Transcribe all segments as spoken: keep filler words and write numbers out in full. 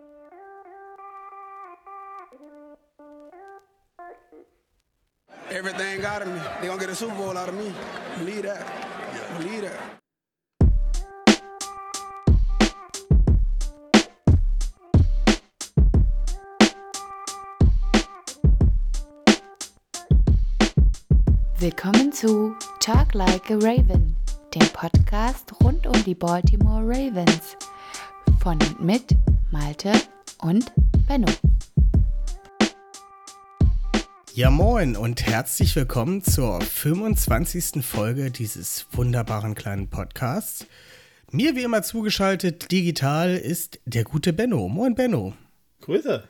Everything out of me. They gonna get a Super Bowl out of me. Believe that. Believe that. Willkommen zu Talk Like a Raven, dem Podcast rund um die Baltimore Ravens. Von und mit Malte und Benno. Ja moin und herzlich willkommen zur fünfundzwanzigsten Folge dieses wunderbaren kleinen Podcasts. Mir wie immer zugeschaltet digital ist der gute Benno. Moin Benno. Grüße.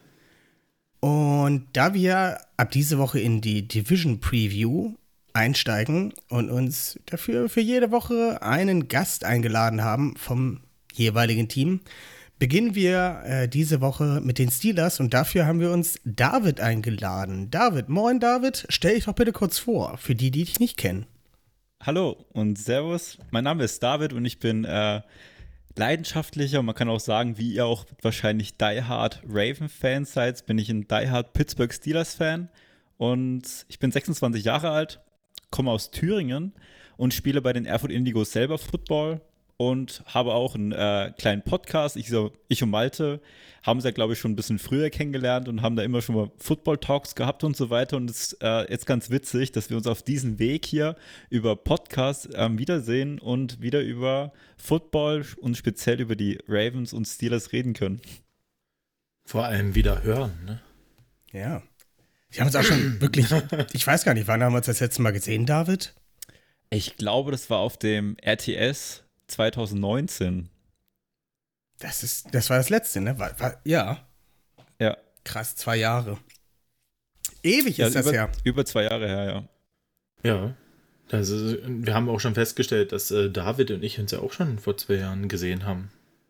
Und da wir ab diese Woche in die Division Preview einsteigen und uns dafür für jede Woche einen Gast eingeladen haben vom jeweiligen Team, beginnen wir äh, diese Woche mit den Steelers und dafür haben wir uns David eingeladen. David, moin David, stell dich doch bitte kurz vor, für die, die dich nicht kennen. Hallo und Servus, mein Name ist David und ich bin äh, leidenschaftlicher, und man kann auch sagen, wie ihr auch wahrscheinlich Die Hard Raven-Fan seid, bin ich ein Die Hard Pittsburgh Steelers-Fan und ich bin sechsundzwanzig Jahre alt, komme aus Thüringen und spiele bei den Erfurt Indigos selber Football und habe auch einen äh, kleinen Podcast. Ich, so, ich und Malte haben es ja, glaube ich, schon ein bisschen früher kennengelernt und haben da immer schon mal Football-Talks gehabt und so weiter. Und es ist äh, jetzt ganz witzig, dass wir uns auf diesem Weg hier über Podcasts ähm, wiedersehen und wieder über Football und speziell über die Ravens und Steelers reden können. Vor allem wieder hören, ne? Ja. Wir haben uns auch schon wirklich, ich weiß gar nicht, wann haben wir uns das letzte Mal gesehen, David? Ich glaube, das war auf dem R T S zwanzig neunzehn. Das ist, das war das letzte, ne? War, war, ja. Ja. Krass, zwei Jahre. Ewig Ja, ist das über, her. Über zwei Jahre her, ja. Ja. Also, wir haben auch schon festgestellt, dass äh, David und ich uns ja auch schon vor zwei Jahren gesehen haben.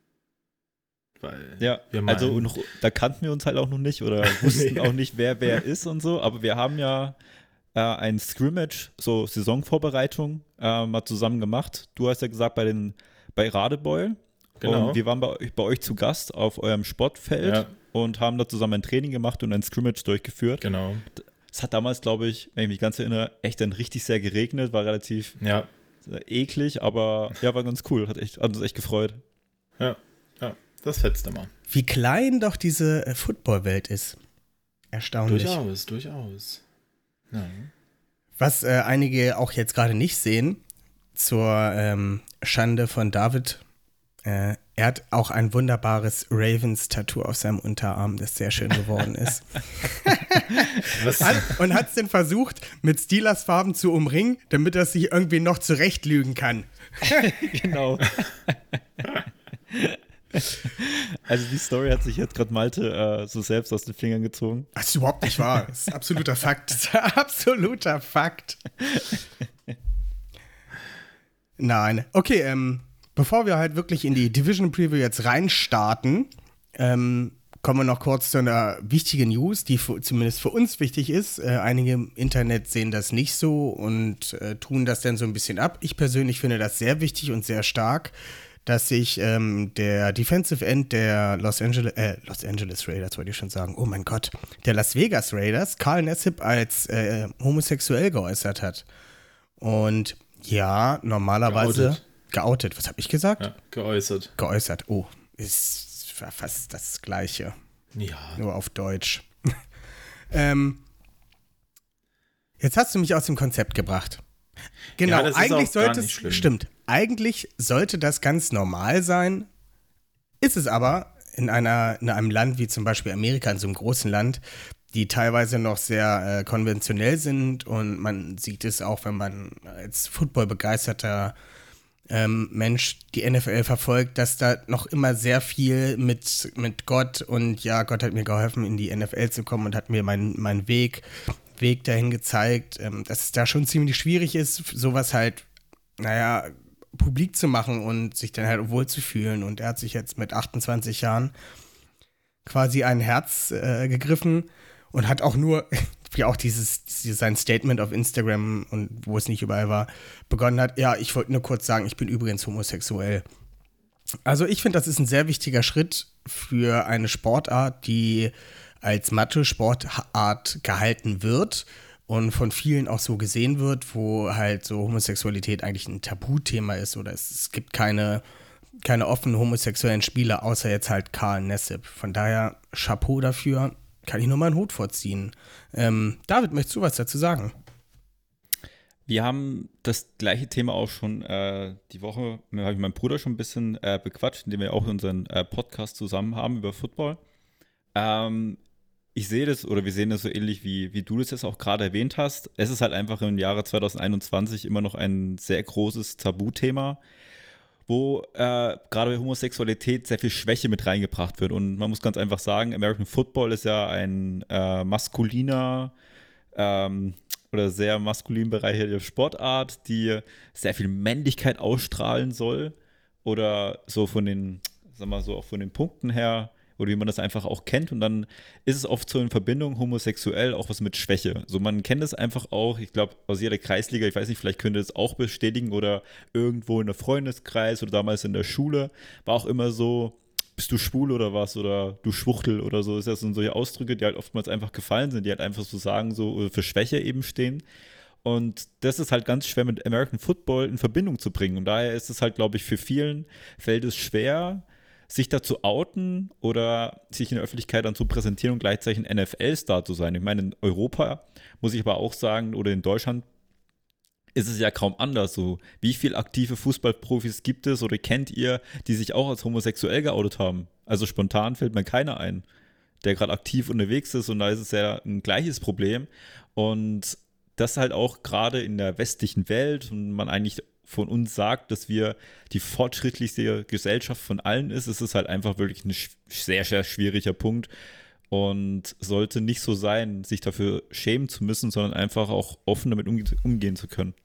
Weil ja, wir mal also noch, da kannten wir uns halt auch noch nicht oder wussten nee. auch nicht, wer wer ist und so, aber wir haben ja äh, ein Scrimmage, so Saisonvorbereitung, äh, mal zusammen gemacht. Du hast ja gesagt, bei den bei Radebeul. Genau. Und wir waren bei, bei euch zu Gast auf eurem Sportfeld ja. und haben da zusammen ein Training gemacht und ein Scrimmage durchgeführt. Genau. Es hat damals, glaube ich, wenn ich mich ganz erinnere, echt dann richtig sehr geregnet, war relativ ja. eklig, aber ja, war ganz cool, hat, echt, hat uns echt gefreut. Ja, ja, das fetzt immer. Wie klein doch diese äh, Footballwelt ist. Erstaunlich. Durchaus, durchaus. Ja. Was äh, einige auch jetzt gerade nicht sehen, zur ähm, Schande von David, äh, er hat auch ein wunderbares Ravens-Tattoo auf seinem Unterarm, das sehr schön geworden ist. Was? Hat, und hat es dann versucht, mit Steelers-Farben zu umringen, damit er sich irgendwie noch zurechtlügen kann. Genau. Also die Story hat sich jetzt gerade Malte äh, so selbst aus den Fingern gezogen. Das ist überhaupt nicht wahr. Das ist absoluter Fakt. Das ist absoluter Fakt. Nein. Okay, ähm, bevor wir halt wirklich in die Division Preview jetzt reinstarten, ähm, kommen wir noch kurz zu einer wichtigen News, die für, zumindest für uns wichtig ist. Äh, einige im Internet sehen das nicht so und äh, tun das dann so ein bisschen ab. Ich persönlich finde das sehr wichtig und sehr stark, dass sich ähm, der Defensive End der Los Angeles, äh, Los Angeles Raiders, wollte ich schon sagen, oh mein Gott, der Las Vegas Raiders, Carl Nassib, als äh, homosexuell geäußert hat. Und ja, normalerweise geoutet. geoutet. Was habe ich gesagt? Ja, geäußert. Geäußert, oh, ist fast das Gleiche. Ja. Nur auf Deutsch. ähm, jetzt hast du mich aus dem Konzept gebracht. Genau, ja, das eigentlich ist auch gar sollte nicht es, schlimm. stimmt, eigentlich sollte das ganz normal sein, ist es aber in, einer, in einem Land wie zum Beispiel Amerika, in so einem großen Land, die teilweise noch sehr äh, konventionell sind und man sieht es auch, wenn man als Football-begeisterter ähm, Mensch die N F L verfolgt, dass da noch immer sehr viel mit, mit Gott und ja, Gott hat mir geholfen, in die N F L zu kommen und hat mir meinen mein Weg Weg dahin gezeigt, ähm, dass es da schon ziemlich schwierig ist, sowas halt, naja, publik zu machen und sich dann halt wohlzufühlen. Und er hat sich jetzt mit achtundzwanzig Jahren quasi ein Herz äh, gegriffen und hat auch nur, wie auch dieses, dieses, sein Statement auf Instagram und wo es nicht überall war, begonnen hat, ja, ich wollte nur kurz sagen, ich bin übrigens homosexuell. Also ich finde, das ist ein sehr wichtiger Schritt für eine Sportart, die als Mathe-Sportart gehalten wird und von vielen auch so gesehen wird, wo halt so Homosexualität eigentlich ein Tabuthema ist oder es, es gibt keine, keine offenen homosexuellen Spieler, außer jetzt halt Carl Nassib. Von daher Chapeau dafür, kann ich nur meinen Hut vorziehen. Ähm, David, möchtest du was dazu sagen? Wir haben das gleiche Thema auch schon äh, die Woche, habe ich meinen Bruder schon ein bisschen äh, bequatscht, indem wir auch unseren äh, Podcast zusammen haben über Football. Ähm, ich sehe das, oder wir sehen das so ähnlich, wie, wie du das jetzt auch gerade erwähnt hast. Es ist halt einfach im Jahre zwanzig einundzwanzig immer noch ein sehr großes Tabuthema, wo äh, gerade bei Homosexualität sehr viel Schwäche mit reingebracht wird. Und man muss ganz einfach sagen, American Football ist ja ein äh, maskuliner ähm, oder sehr maskulin bereicherte Sportart, die sehr viel Männlichkeit ausstrahlen soll oder so von den, sag mal so, auch von den Punkten her oder wie man das einfach auch kennt und dann ist es oft so in Verbindung homosexuell auch was mit Schwäche. So man kennt es einfach auch, ich glaube aus jeder Kreisliga, ich weiß nicht, vielleicht könnt ihr es auch bestätigen oder irgendwo in der Freundeskreis oder damals in der Schule, war auch immer so, bist du schwul oder was oder du Schwuchtel oder so, ist das sind solche Ausdrücke, die halt oftmals einfach gefallen sind, die halt einfach so sagen, so für Schwäche eben stehen. Und das ist halt ganz schwer mit American Football in Verbindung zu bringen. Und daher ist es halt, glaube ich, für vielen fällt es schwer, sich dazu outen oder sich in der Öffentlichkeit dann zu präsentieren und gleichzeitig ein N F L-Star zu sein. Ich meine, in Europa muss ich aber auch sagen, oder in Deutschland ist es ja kaum anders so. Wie viele aktive Fußballprofis gibt es oder kennt ihr, die sich auch als homosexuell geoutet haben? Also spontan fällt mir keiner ein, der gerade aktiv unterwegs ist und da ist es ja ein gleiches Problem. Und das halt auch gerade in der westlichen Welt und man eigentlich von uns sagt, dass wir die fortschrittlichste Gesellschaft von allen ist, ist es halt einfach wirklich ein sehr, sehr schwieriger Punkt und sollte nicht so sein, sich dafür schämen zu müssen, sondern einfach auch offen damit umge- umgehen zu können.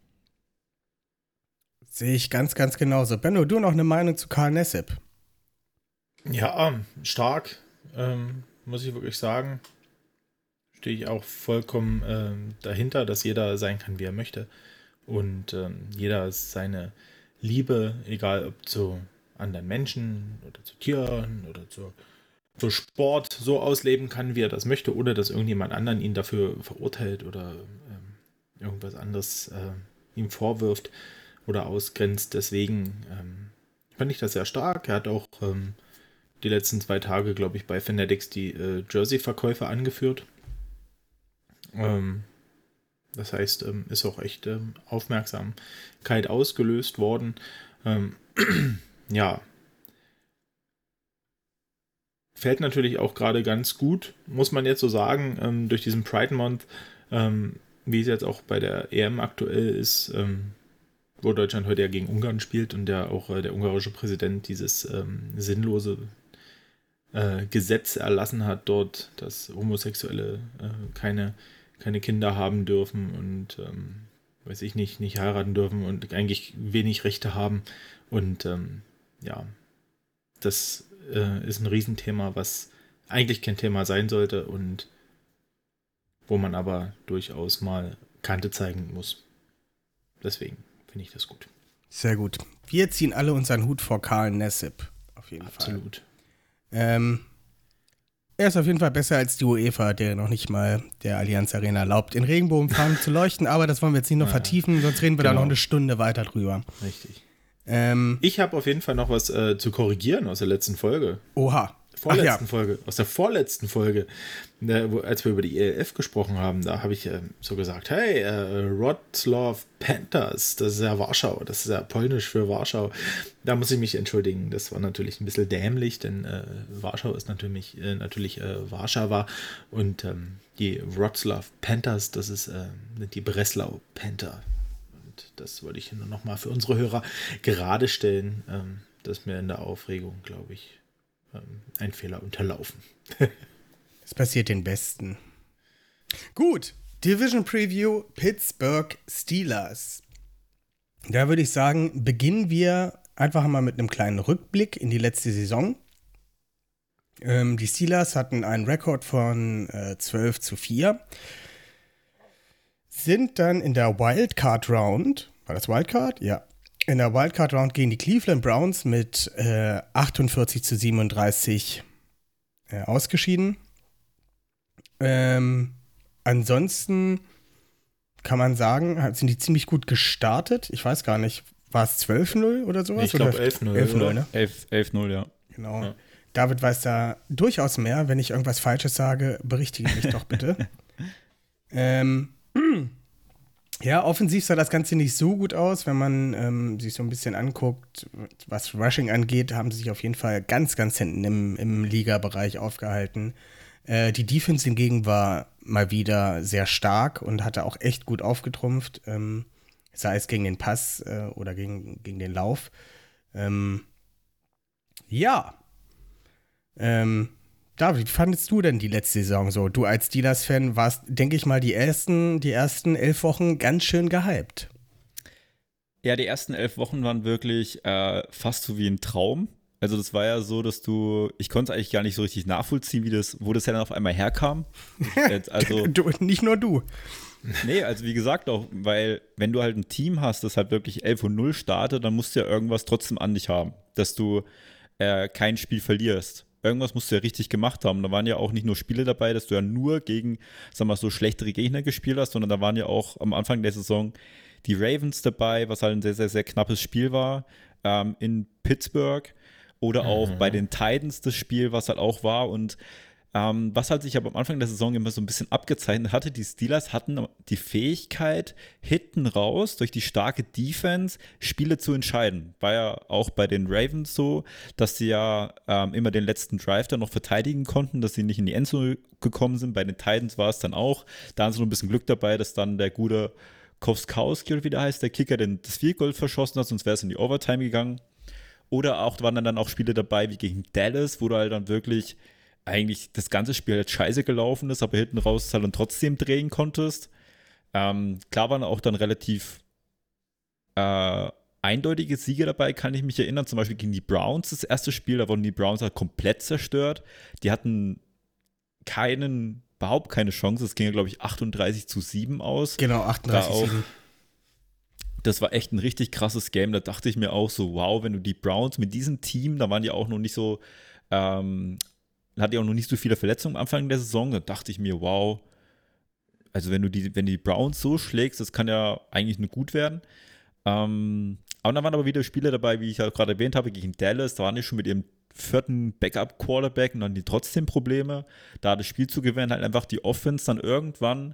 Sehe ich ganz, ganz genauso. Benno, du noch eine Meinung zu Carl Nassib? Ja, stark, ähm, muss ich wirklich sagen. Stehe ich auch vollkommen ähm, dahinter, dass jeder sein kann, wie er möchte. Und ähm, jeder seine Liebe, egal ob zu anderen Menschen oder zu Tieren oder zu, zu Sport, so ausleben kann, wie er das möchte, ohne dass irgendjemand anderen ihn dafür verurteilt oder ähm, irgendwas anderes äh, ihm vorwirft oder ausgrenzt. Deswegen ähm, fand ich das sehr stark. Er hat auch ähm, die letzten zwei Tage, glaube ich, bei Fanatics die äh, Jersey-Verkäufe angeführt. Ähm, das heißt, ähm, ist auch echt ähm, Aufmerksamkeit ausgelöst worden. Ähm, ja. Fällt natürlich auch gerade ganz gut, muss man jetzt so sagen, ähm, durch diesen Pride Month, ähm, wie es jetzt auch bei der E M aktuell ist, ähm, wo Deutschland heute ja gegen Ungarn spielt und der auch äh, der ungarische Präsident dieses ähm, sinnlose äh, Gesetz erlassen hat dort, dass Homosexuelle äh, keine, keine Kinder haben dürfen und ähm, weiß ich nicht, nicht heiraten dürfen und eigentlich wenig Rechte haben. Und ähm, ja, das äh, ist ein Riesenthema, was eigentlich kein Thema sein sollte und wo man aber durchaus mal Kante zeigen muss. Deswegen finde ich das gut. Sehr gut. Wir ziehen alle unseren Hut vor Carl Nassib. Auf jeden Absolut. Fall. Absolut. Ähm, er ist auf jeden Fall besser als die UEFA, der noch nicht mal der Allianz Arena erlaubt, in Regenbogenfarben zu leuchten. Aber das wollen wir jetzt nicht noch ja, vertiefen, sonst reden wir genau. da noch eine Stunde weiter drüber. Richtig. Ähm, ich habe auf jeden Fall noch was äh, zu korrigieren aus der letzten Folge. Oha. Vorletzten ja. Folge, aus der vorletzten Folge, äh, wo, als wir über die E L F gesprochen haben, da habe ich äh, so gesagt, hey, äh, Wrocław Panthers, das ist ja Warschau, das ist ja polnisch für Warschau. Da muss ich mich entschuldigen, das war natürlich ein bisschen dämlich, denn äh, Warschau ist natürlich, äh, natürlich äh, Warschauer und ähm, die Wrocław Panthers, das ist, äh, sind die Breslau Panther. Und das wollte ich nur noch mal für unsere Hörer gerade stellen, ähm, dass mir in der Aufregung, glaube ich, ein Fehler unterlaufen. Es passiert den Besten. Gut, Division Preview Pittsburgh Steelers. Da würde ich sagen, beginnen wir einfach mal mit einem kleinen Rückblick in die letzte Saison. Ähm, die Steelers hatten einen Rekord von äh, zwölf zu vier. Sind dann in der Wildcard Round, war das Wildcard? Ja. in der Wildcard Round gegen die Cleveland Browns mit äh, achtundvierzig zu siebenunddreißig äh, ausgeschieden. Ähm, ansonsten kann man sagen, sind die ziemlich gut gestartet. Ich weiß gar nicht, war es zwölf null oder sowas? Ich glaube elf null. elf null, ne? elf null, ja. Genau. Ja. David weiß da durchaus mehr. Wenn ich irgendwas Falsches sage, berichtige mich doch bitte. ähm, ja, offensiv sah das Ganze nicht so gut aus. Wenn man ähm, sich so ein bisschen anguckt, was Rushing angeht, haben sie sich auf jeden Fall ganz, ganz hinten im, im Liga-Bereich aufgehalten. Äh, die Defense hingegen war mal wieder sehr stark und hatte auch echt gut aufgetrumpft, ähm, sei es gegen den Pass äh, oder gegen, gegen den Lauf. Ähm, ja. Ähm, David, wie fandest du denn die letzte Saison so? Du als Steelers-Fan warst, denke ich mal, die ersten, die ersten elf Wochen ganz schön gehypt. Ja, die ersten elf Wochen waren wirklich äh, fast so wie ein Traum. Also das war ja so, dass du, ich konnte es eigentlich gar nicht so richtig nachvollziehen, wie das, wo das ja dann auf einmal herkam. Ich, also, du, nicht nur du. Nee, also wie gesagt auch, weil wenn du halt ein Team hast, das halt wirklich elf und null startet, dann musst du ja irgendwas trotzdem an dich haben, dass du äh, kein Spiel verlierst. Irgendwas musst du ja richtig gemacht haben. Da waren ja auch nicht nur Spiele dabei, dass du ja nur gegen, sagen wir mal, so schlechtere Gegner gespielt hast, sondern da waren ja auch am Anfang der Saison die Ravens dabei, was halt ein sehr, sehr, sehr knappes Spiel war, ähm, in Pittsburgh. Oder auch mhm. bei den Titans das Spiel, was halt auch war. Und ähm, was halt sich aber am Anfang der Saison immer so ein bisschen abgezeichnet hatte, die Steelers hatten die Fähigkeit, hinten raus durch die starke Defense Spiele zu entscheiden. War ja auch bei den Ravens so, dass sie ja ähm, immer den letzten Drive dann noch verteidigen konnten, dass sie nicht in die Endzone gekommen sind. Bei den Titans war es dann auch. Da haben sie noch ein bisschen Glück dabei, dass dann der gute Kowskowski, oder wie der heißt, der Kicker, den das Field Goal verschossen hat, sonst wäre es in die Overtime gegangen. Oder auch waren dann auch Spiele dabei wie gegen Dallas, wo du halt dann wirklich eigentlich das ganze Spiel halt scheiße gelaufen ist, aber hinten raus halt dann trotzdem drehen konntest. Ähm, klar waren auch dann relativ äh, eindeutige Siege dabei, kann ich mich erinnern. Zum Beispiel gegen die Browns, das erste Spiel, da wurden die Browns halt komplett zerstört. Die hatten keinen, überhaupt keine Chance. Es ging ja, glaube ich, achtunddreißig zu sieben aus. Genau, achtunddreißig zu sieben. Das war echt ein richtig krasses Game. Da dachte ich mir auch so, wow, wenn du die Browns mit diesem Team, da waren die auch noch nicht so, ähm, hatte ja auch noch nicht so viele Verletzungen am Anfang der Saison, da dachte ich mir, wow, also wenn du die, wenn du die Browns so schlägst, das kann ja eigentlich nur gut werden. Ähm, aber dann waren aber wieder Spiele dabei, wie ich ja gerade erwähnt habe, gegen Dallas, da waren die schon mit ihrem vierten Backup-Quarterback und dann die trotzdem Probleme, da das Spiel zu gewinnen, halt einfach die Offense dann irgendwann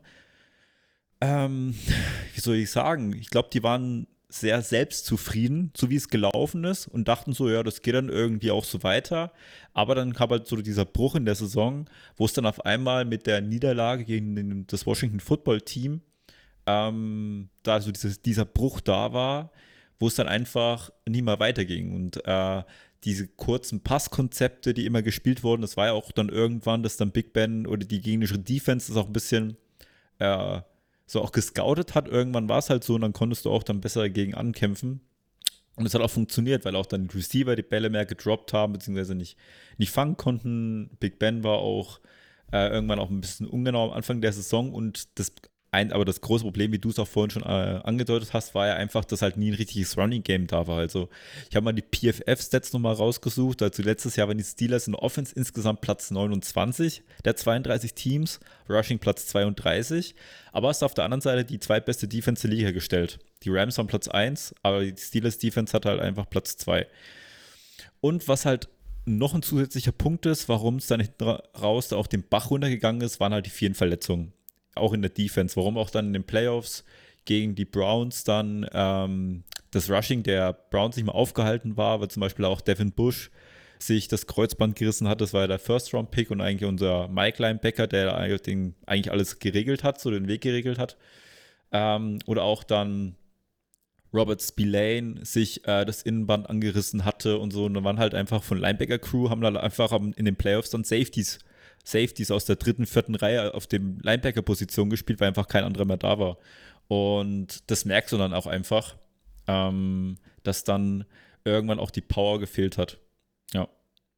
Ähm, wie soll ich sagen? Ich glaube, die waren sehr selbstzufrieden, so wie es gelaufen ist und dachten so, ja, das geht dann irgendwie auch so weiter. Aber dann kam halt so dieser Bruch in der Saison, wo es dann auf einmal mit der Niederlage gegen den, das Washington Football Team, ähm, da so dieses, dieser Bruch da war, wo es dann einfach nie mehr weiterging. Und äh, diese kurzen Passkonzepte, die immer gespielt wurden, das war ja auch dann irgendwann, dass dann Big Ben oder die gegnerische Defense das auch ein bisschen äh, so auch gescoutet hat. Irgendwann war es halt so und dann konntest du auch dann besser dagegen ankämpfen. Und es hat auch funktioniert, weil auch dann die Receiver die Bälle mehr gedroppt haben, beziehungsweise nicht, nicht fangen konnten. Big Ben war auch äh, irgendwann auch ein bisschen ungenau am Anfang der Saison und das ein, aber das große Problem, wie du es auch vorhin schon äh, angedeutet hast, war ja einfach, dass halt nie ein richtiges Running-Game da war. Also ich habe mal die P F F-Stats nochmal rausgesucht. Also letztes Jahr waren die Steelers in der Offense insgesamt Platz neunundzwanzig der zweiunddreißig Teams, Rushing Platz zweiunddreißig. Aber hast du auf der anderen Seite die zweitbeste Defense der Liga gestellt. Die Rams haben Platz eins, aber die Steelers-Defense hat halt einfach Platz zwei. Und was halt noch ein zusätzlicher Punkt ist, warum es dann hinten raus da auch den Bach runtergegangen ist, waren halt die vielen Verletzungen. Auch in der Defense, warum auch dann in den Playoffs gegen die Browns dann ähm, das Rushing der Browns nicht mehr aufgehalten war, weil zum Beispiel auch Devin Bush sich das Kreuzband gerissen hat, das war ja der First-Round-Pick und eigentlich unser Mike Linebacker, der eigentlich alles geregelt hat, so den Weg geregelt hat. Ähm, oder auch dann Robert Spillane sich äh, das Innenband angerissen hatte und so und dann waren halt einfach von Linebacker-Crew, haben dann einfach in den Playoffs dann Safeties Safeties aus der dritten, vierten Reihe auf dem Linebacker-Position gespielt, weil einfach kein anderer mehr da war. Und das merkst du dann auch einfach, ähm, dass dann irgendwann auch die Power gefehlt hat. Ja.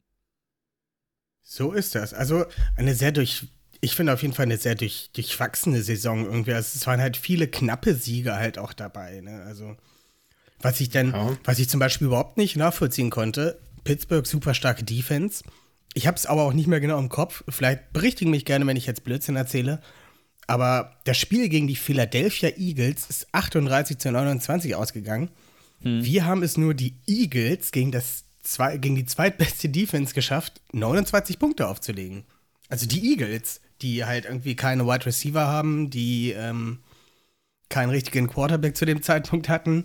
So ist das. Also eine sehr durch, ich finde auf jeden Fall eine sehr durch, durchwachsene Saison irgendwie. Also es waren halt viele knappe Siege halt auch dabei. Ne? Also Was ich dann, Ja. was ich zum Beispiel überhaupt nicht nachvollziehen konnte, Pittsburgh super starke Defense. Ich habe es aber auch nicht mehr genau im Kopf. Vielleicht berichtigen mich gerne, wenn ich jetzt Blödsinn erzähle. Aber das Spiel gegen die Philadelphia Eagles ist achtunddreißig zu neunundzwanzig ausgegangen. Hm. Wir haben es nur die Eagles gegen, das zwei, gegen die zweitbeste Defense geschafft, neunundzwanzig Punkte aufzulegen. Also die Eagles, die halt irgendwie keine Wide Receiver haben, die ähm, keinen richtigen Quarterback zu dem Zeitpunkt hatten.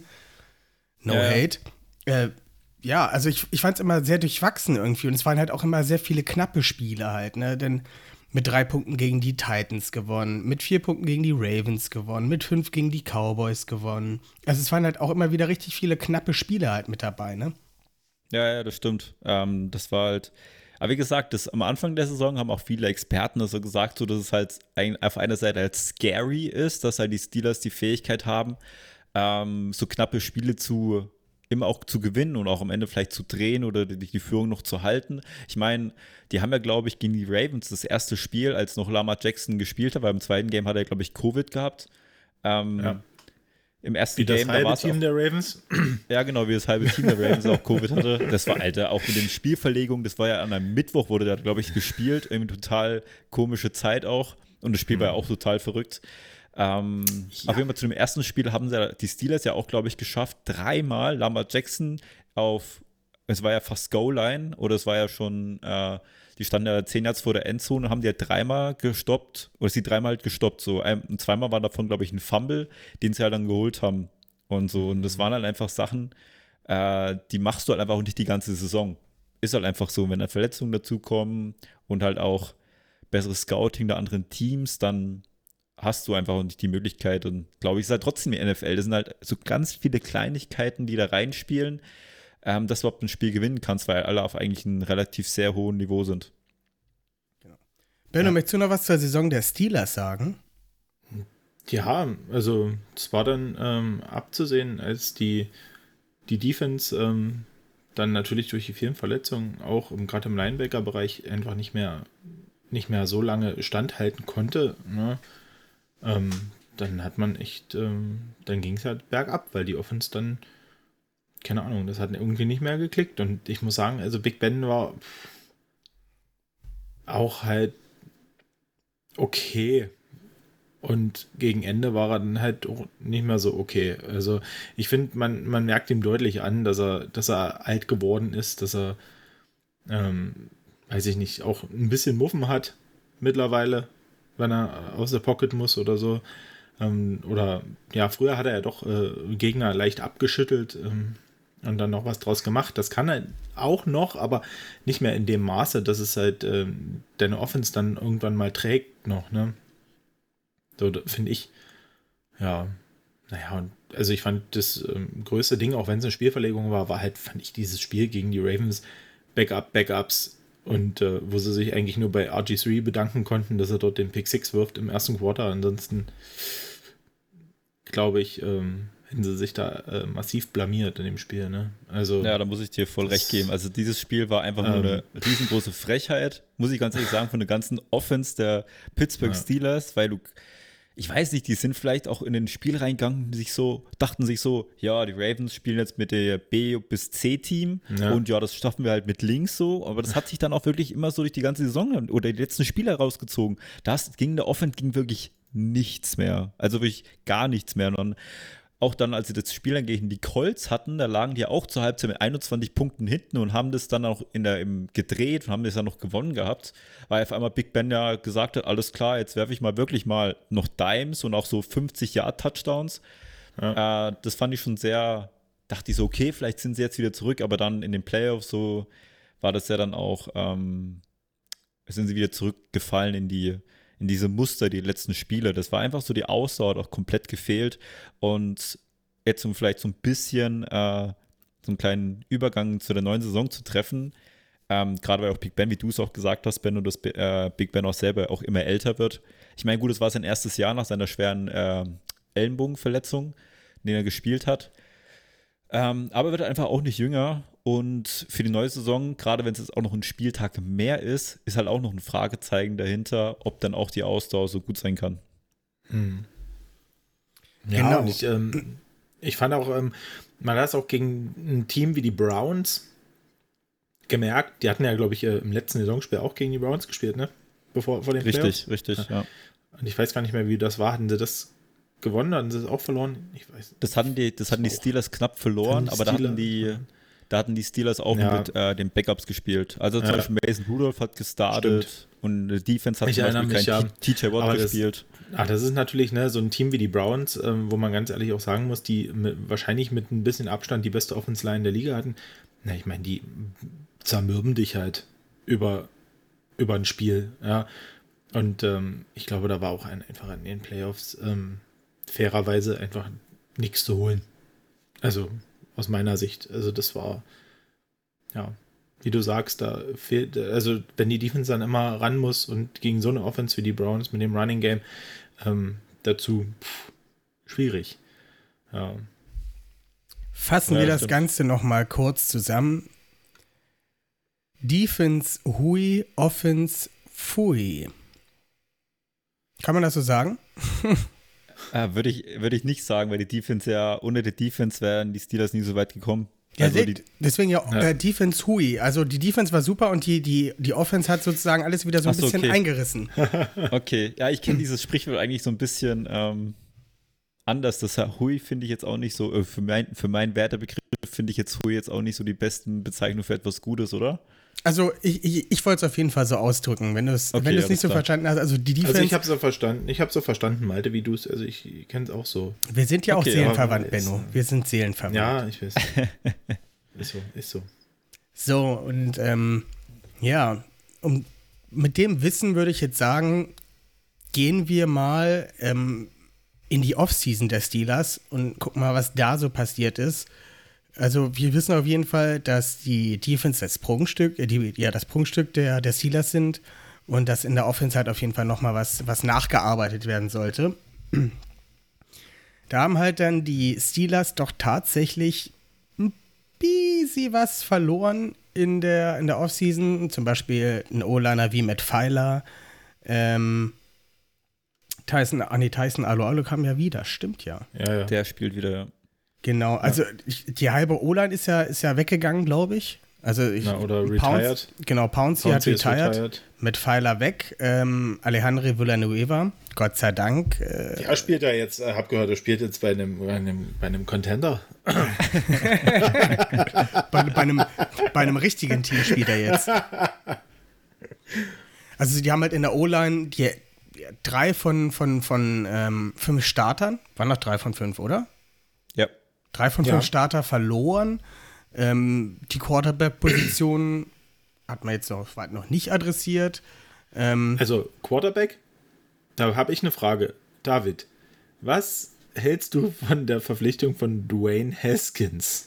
No ja. hate. Äh, ja, also ich, ich fand es immer sehr durchwachsen irgendwie. Und es waren halt auch immer sehr viele knappe Spiele halt, ne? Denn mit drei Punkten gegen die Titans gewonnen, mit vier Punkten gegen die Ravens gewonnen, mit fünf gegen die Cowboys gewonnen. Also es waren halt auch immer wieder richtig viele knappe Spiele halt mit dabei, ne? Ja, ja, das stimmt. Ähm, das war halt, aber wie gesagt, das, am Anfang der Saison haben auch viele Experten das so gesagt, so dass es halt ein, auf einer Seite halt scary ist, dass halt die Steelers die Fähigkeit haben, ähm, so knappe Spiele zu immer auch zu gewinnen und auch am Ende vielleicht zu drehen oder die, die Führung noch zu halten. Ich meine, die haben ja, glaube ich, gegen die Ravens das erste Spiel, als noch Lamar Jackson gespielt hat, weil im zweiten Game hat er, glaube ich, Covid gehabt. Ähm, Ja. Im ersten Wie das Game, da halbe war es Team auch, der Ravens. ja genau, wie das halbe Team der Ravens auch Covid hatte. Das war, Alter, auch mit den Spielverlegungen, das war ja an einem Mittwoch, wurde da, glaube ich, gespielt. Irgendwie total komische Zeit auch. Und das Spiel war ja auch total verrückt. Ähm, Ja. Auf jeden Fall zu dem ersten Spiel haben sie die Steelers ja auch, glaube ich, geschafft, dreimal Lamar Jackson auf, es war ja fast Goal-Line oder es war ja schon, äh, die standen ja zehn Yards vor der Endzone und haben die ja dreimal gestoppt, oder sie dreimal halt gestoppt, so ein, zweimal war davon, glaube ich, ein Fumble, den sie halt dann geholt haben und so, und das waren halt einfach Sachen, äh, die machst du halt einfach auch nicht die ganze Saison. Ist halt einfach so, wenn dann Verletzungen dazukommen und halt auch besseres Scouting der anderen Teams, dann hast du einfach nicht die Möglichkeit, und glaube ich, ist halt trotzdem die N F L. Das sind halt so ganz viele Kleinigkeiten, die da reinspielen, ähm, dass du überhaupt ein Spiel gewinnen kannst, weil alle auf eigentlich einem relativ sehr hohen Niveau sind. Benno, Ja. möchtest du noch was zur Saison der Steelers sagen? Ja, also es war dann ähm, abzusehen, als die, die Defense ähm, dann natürlich durch die vielen Verletzungen auch im, gerade im Linebacker-Bereich einfach nicht mehr, nicht mehr so lange standhalten konnte, ne? Ähm, dann hat man echt, ähm, dann ging es halt bergab, weil die Offense dann, keine Ahnung, das hat irgendwie nicht mehr geklickt. Und ich muss sagen, also Big Ben war auch halt okay. Und gegen Ende war er dann halt auch nicht mehr so okay. Also ich finde, man, man merkt ihm deutlich an, dass er, dass er alt geworden ist, dass er, ähm, weiß ich nicht, auch ein bisschen Muffen hat mittlerweile, wenn er aus der Pocket muss oder so. Ähm, oder ja, früher hat er ja doch äh, Gegner leicht abgeschüttelt ähm, und dann noch was draus gemacht. Das kann er auch noch, aber nicht mehr in dem Maße, dass es halt ähm, deine Offense dann irgendwann mal trägt noch, ne? So, finde ich. Ja, naja, und also ich fand das ähm, größte Ding, auch wenn es eine Spielverlegung war, war halt, fand ich dieses Spiel gegen die Ravens, Backup, Backups, und äh, wo sie sich eigentlich nur bei R G drei bedanken konnten, dass er dort den Pick six wirft im ersten Quarter. Ansonsten glaube ich, ähm, hätten sie sich da äh, massiv blamiert in dem Spiel, ne? Also, Ja, da muss ich dir voll recht geben. Also dieses Spiel war einfach nur Ähm. eine riesengroße Frechheit, muss ich ganz ehrlich sagen, von der ganzen Offense der Pittsburgh Ja. Steelers, weil du, ich weiß nicht, die sind vielleicht auch in den Spiel reingegangen, sich so, dachten sich so, ja, die Ravens spielen jetzt mit der B- bis C-Team Ja. und ja, das schaffen wir halt mit links so, aber das hat sich dann auch wirklich immer so durch die ganze Saison oder die letzten Spiele rausgezogen. Das ging der Offense ging wirklich nichts mehr, also wirklich gar nichts mehr. Und dann, auch dann, als sie das Spiel dann gegen die Colts hatten, da lagen die auch zur Halbzeit mit einundzwanzig Punkten hinten und haben das dann auch in der, im gedreht und haben das dann noch gewonnen gehabt, weil auf einmal Big Ben ja gesagt hat, alles klar, jetzt werfe ich mal wirklich mal noch Dimes und auch so fünfzig-Yard-Touchdowns. Ja. Äh, das fand ich schon sehr, dachte ich so, okay, vielleicht sind sie jetzt wieder zurück, aber dann in den Playoffs so war das ja dann auch, ähm, sind sie wieder zurückgefallen in die in diese Muster, die letzten Spiele. Das war einfach so, die Ausdauer hat auch komplett gefehlt. Und jetzt, um vielleicht so ein bisschen äh, so einen kleinen Übergang zu der neuen Saison zu treffen, ähm, gerade weil auch Big Ben, wie du es auch gesagt hast, Ben, und dass äh, Big Ben auch selber auch immer älter wird. Ich meine, gut, es war sein erstes Jahr nach seiner schweren äh, Ellenbogenverletzung, den er gespielt hat. Ähm, aber er wird einfach auch nicht jünger. Und für die neue Saison, gerade wenn es jetzt auch noch ein Spieltag mehr ist, ist halt auch noch ein Fragezeichen dahinter, ob dann auch die Ausdauer so gut sein kann. Hm. Ja, Genau. und ich, ähm, ich fand auch, ähm, man hat es auch gegen ein Team wie die Browns gemerkt. Die hatten ja, glaube ich, im letzten Saisonspiel auch gegen die Browns gespielt, ne? Bevor, vor den Richtig, Playoffs. richtig, ja. ja. Und ich weiß gar nicht mehr, wie das war. Hatten sie das gewonnen? Hatten sie das auch verloren? Ich weiß. Das hatten die, das hatten die Steelers knapp verloren, aber da hatten die, da hatten die Steelers auch ja. mit äh, den Backups gespielt. Also zum ja. Beispiel Mason Rudolph hat gestartet Stimmt. und die Defense hat ich zum Beispiel mich, kein ja. T J Watt gespielt. Das, ach, das ist natürlich ne, so ein Team wie die Browns, ähm, wo man ganz ehrlich auch sagen muss, die mit, wahrscheinlich mit ein bisschen Abstand die beste Offense-Line der Liga hatten. Na, ich meine, die zermürben dich halt über, über ein Spiel, ja. Und ähm, ich glaube, da war auch ein, einfach in den Playoffs ähm, fairerweise einfach nichts zu holen. Also aus meiner Sicht. Also das war, ja, wie du sagst, da fehlt, also wenn die Defense dann immer ran muss und gegen so eine Offense wie die Browns mit dem Running Game ähm, dazu, pff, schwierig. Ja. Fassen ja, wir das stimmt. Ganze nochmal kurz zusammen. Defense hui, Offense pfui. Kann man das so sagen? äh, würde ich, würd ich nicht sagen, weil die Defense ja, ohne die Defense wären die Steelers nie so weit gekommen. Ja, also die, deswegen ja, ja. Äh, Defense hui. Also die Defense war super und die, die, die Offense hat sozusagen alles wieder so ein so, bisschen okay. eingerissen. Okay, ja, ich kenne dieses Sprichwort eigentlich so ein bisschen ähm, anders. Das hui finde ich jetzt auch nicht so, äh, für, mein, für meinen Wertebegriff finde ich jetzt hui jetzt auch nicht so die besten Bezeichnungen für etwas Gutes, oder? Also ich, ich, ich wollte es auf jeden Fall so ausdrücken, wenn du es okay, wenn du es nicht so klar. verstanden hast. Also die Defense. Also ich habe so verstanden, ich habe so verstanden, Malte, wie du es, also ich kenne es auch so. Wir sind ja okay, auch seelenverwandt, Benno. Wir sind seelenverwandt. Ja, ich weiß. Ist so, ist so. So, und ähm, ja, um, mit dem Wissen würde ich jetzt sagen, gehen wir mal ähm, in die Offseason der Steelers und gucken mal, was da so passiert ist. Also wir wissen auf jeden Fall, dass die Defense das Prunkstück, äh, die, ja, das Prunkstück der, der Steelers sind und dass in der Offense halt auf jeden Fall nochmal was, was nachgearbeitet werden sollte. Da haben halt dann die Steelers doch tatsächlich ein bisschen was verloren in der, in der Offseason. Zum Beispiel ein O-Liner wie Matt Feiler, ähm, Tyson, ah nee, Tyson Alualu kam ja wieder, stimmt ja. Ja, ja. Der spielt wieder. Genau, also ich, die halbe O-Line ist ja, ist ja weggegangen, glaube ich. Also ich, Na, oder Pounce, retired. Genau, Pouncey hat Pouncey ist retired, retired. mit Pfeiler weg. Ähm, Alejandro Villanueva, Gott sei Dank. Äh, Ja, spielt er jetzt, äh, hab gehört, er spielt jetzt bei einem, bei einem, bei einem Contender. bei, bei, einem, bei einem richtigen Team spielt er jetzt. Also die haben halt in der O-Line die, drei von, von, von ähm, fünf Startern, waren noch drei von fünf, oder? Ja. Drei von Ja. fünf Starter verloren. Ähm, die Quarterback-Position hat man jetzt noch, weit noch nicht adressiert. Ähm, Also Quarterback, da habe ich eine Frage. David, was hältst du von der Verpflichtung von Dwayne Haskins?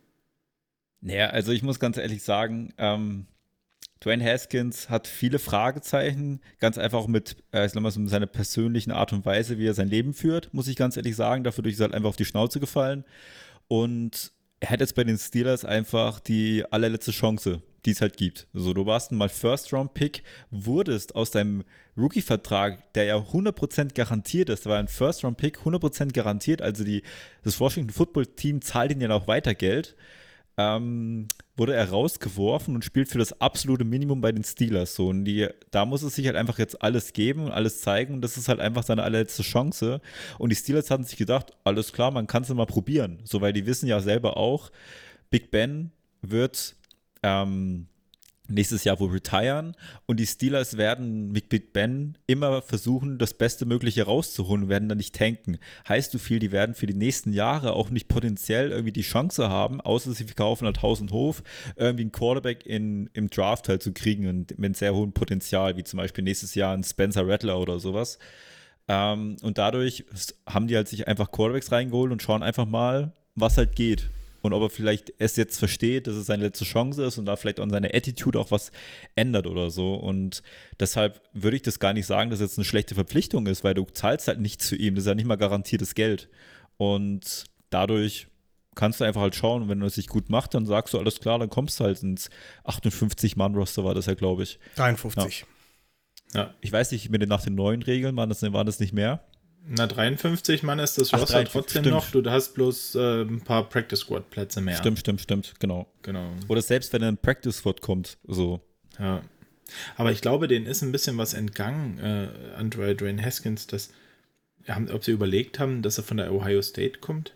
Naja, also ich muss ganz ehrlich sagen, ähm, Dwayne Haskins hat viele Fragezeichen, ganz einfach auch mit, äh, ich sag mal, so mit seiner persönlichen Art und Weise, wie er sein Leben führt, muss ich ganz ehrlich sagen. Dafür ist er halt einfach auf die Schnauze gefallen. Und er hat jetzt bei den Steelers einfach die allerletzte Chance, die es halt gibt. Also du warst mal First-Round-Pick, wurdest aus deinem Rookie-Vertrag, der ja hundert Prozent garantiert ist, da war ein First-Round-Pick hundert Prozent garantiert, also die, das Washington-Football-Team zahlt ihnen ja auch weiter Geld, ähm, wurde er rausgeworfen und spielt für das absolute Minimum bei den Steelers. So. Und die, da muss es sich halt einfach jetzt alles geben und alles zeigen. Und das ist halt einfach seine allerletzte Chance. Und die Steelers hatten sich gedacht, alles klar, man kann es mal probieren. So, weil die wissen ja selber auch, Big Ben wird ähm, nächstes Jahr wohl retiren und die Steelers werden mit Big Ben immer versuchen, das Beste Mögliche rauszuholen und werden dann nicht tanken. Heißt so viel, die werden für die nächsten Jahre auch nicht potenziell irgendwie die Chance haben, außer sie verkaufen halt Haus und Hof, irgendwie einen Quarterback in, im Draft halt zu kriegen und mit sehr hohem Potenzial, wie zum Beispiel nächstes Jahr ein Spencer Rattler oder sowas. Ähm, und dadurch haben die halt sich einfach Quarterbacks reingeholt und schauen einfach mal, was halt geht. Und ob er vielleicht es jetzt versteht, dass es seine letzte Chance ist und da vielleicht an seiner Attitude auch was ändert oder so. Und deshalb würde ich das gar nicht sagen, dass es jetzt eine schlechte Verpflichtung ist, weil du zahlst halt nichts für ihn. Das ist ja nicht mal garantiertes Geld. Und dadurch kannst du einfach halt schauen. Und wenn er es sich gut macht, dann sagst du, alles klar, dann kommst du halt ins achtundfünfzig-Mann-Roster, war das ja, glaube ich. dreiundfünfzig. Ja. Ich weiß nicht, mit den, nach den neuen Regeln waren das, waren das nicht mehr. Na, dreiundfünfzig Mann ist das Ach, Roster dreiundfünfzig, trotzdem stimmt. noch. Du hast bloß äh, ein paar Practice-Squad-Plätze mehr. Stimmt, stimmt, stimmt, genau. Genau. Oder selbst wenn ein Practice Squad kommt, so. Ja. Aber ich glaube, denen ist ein bisschen was entgangen, äh, Andre Dwayne Haskins, dass, haben, ob sie überlegt haben, dass er von der Ohio State kommt.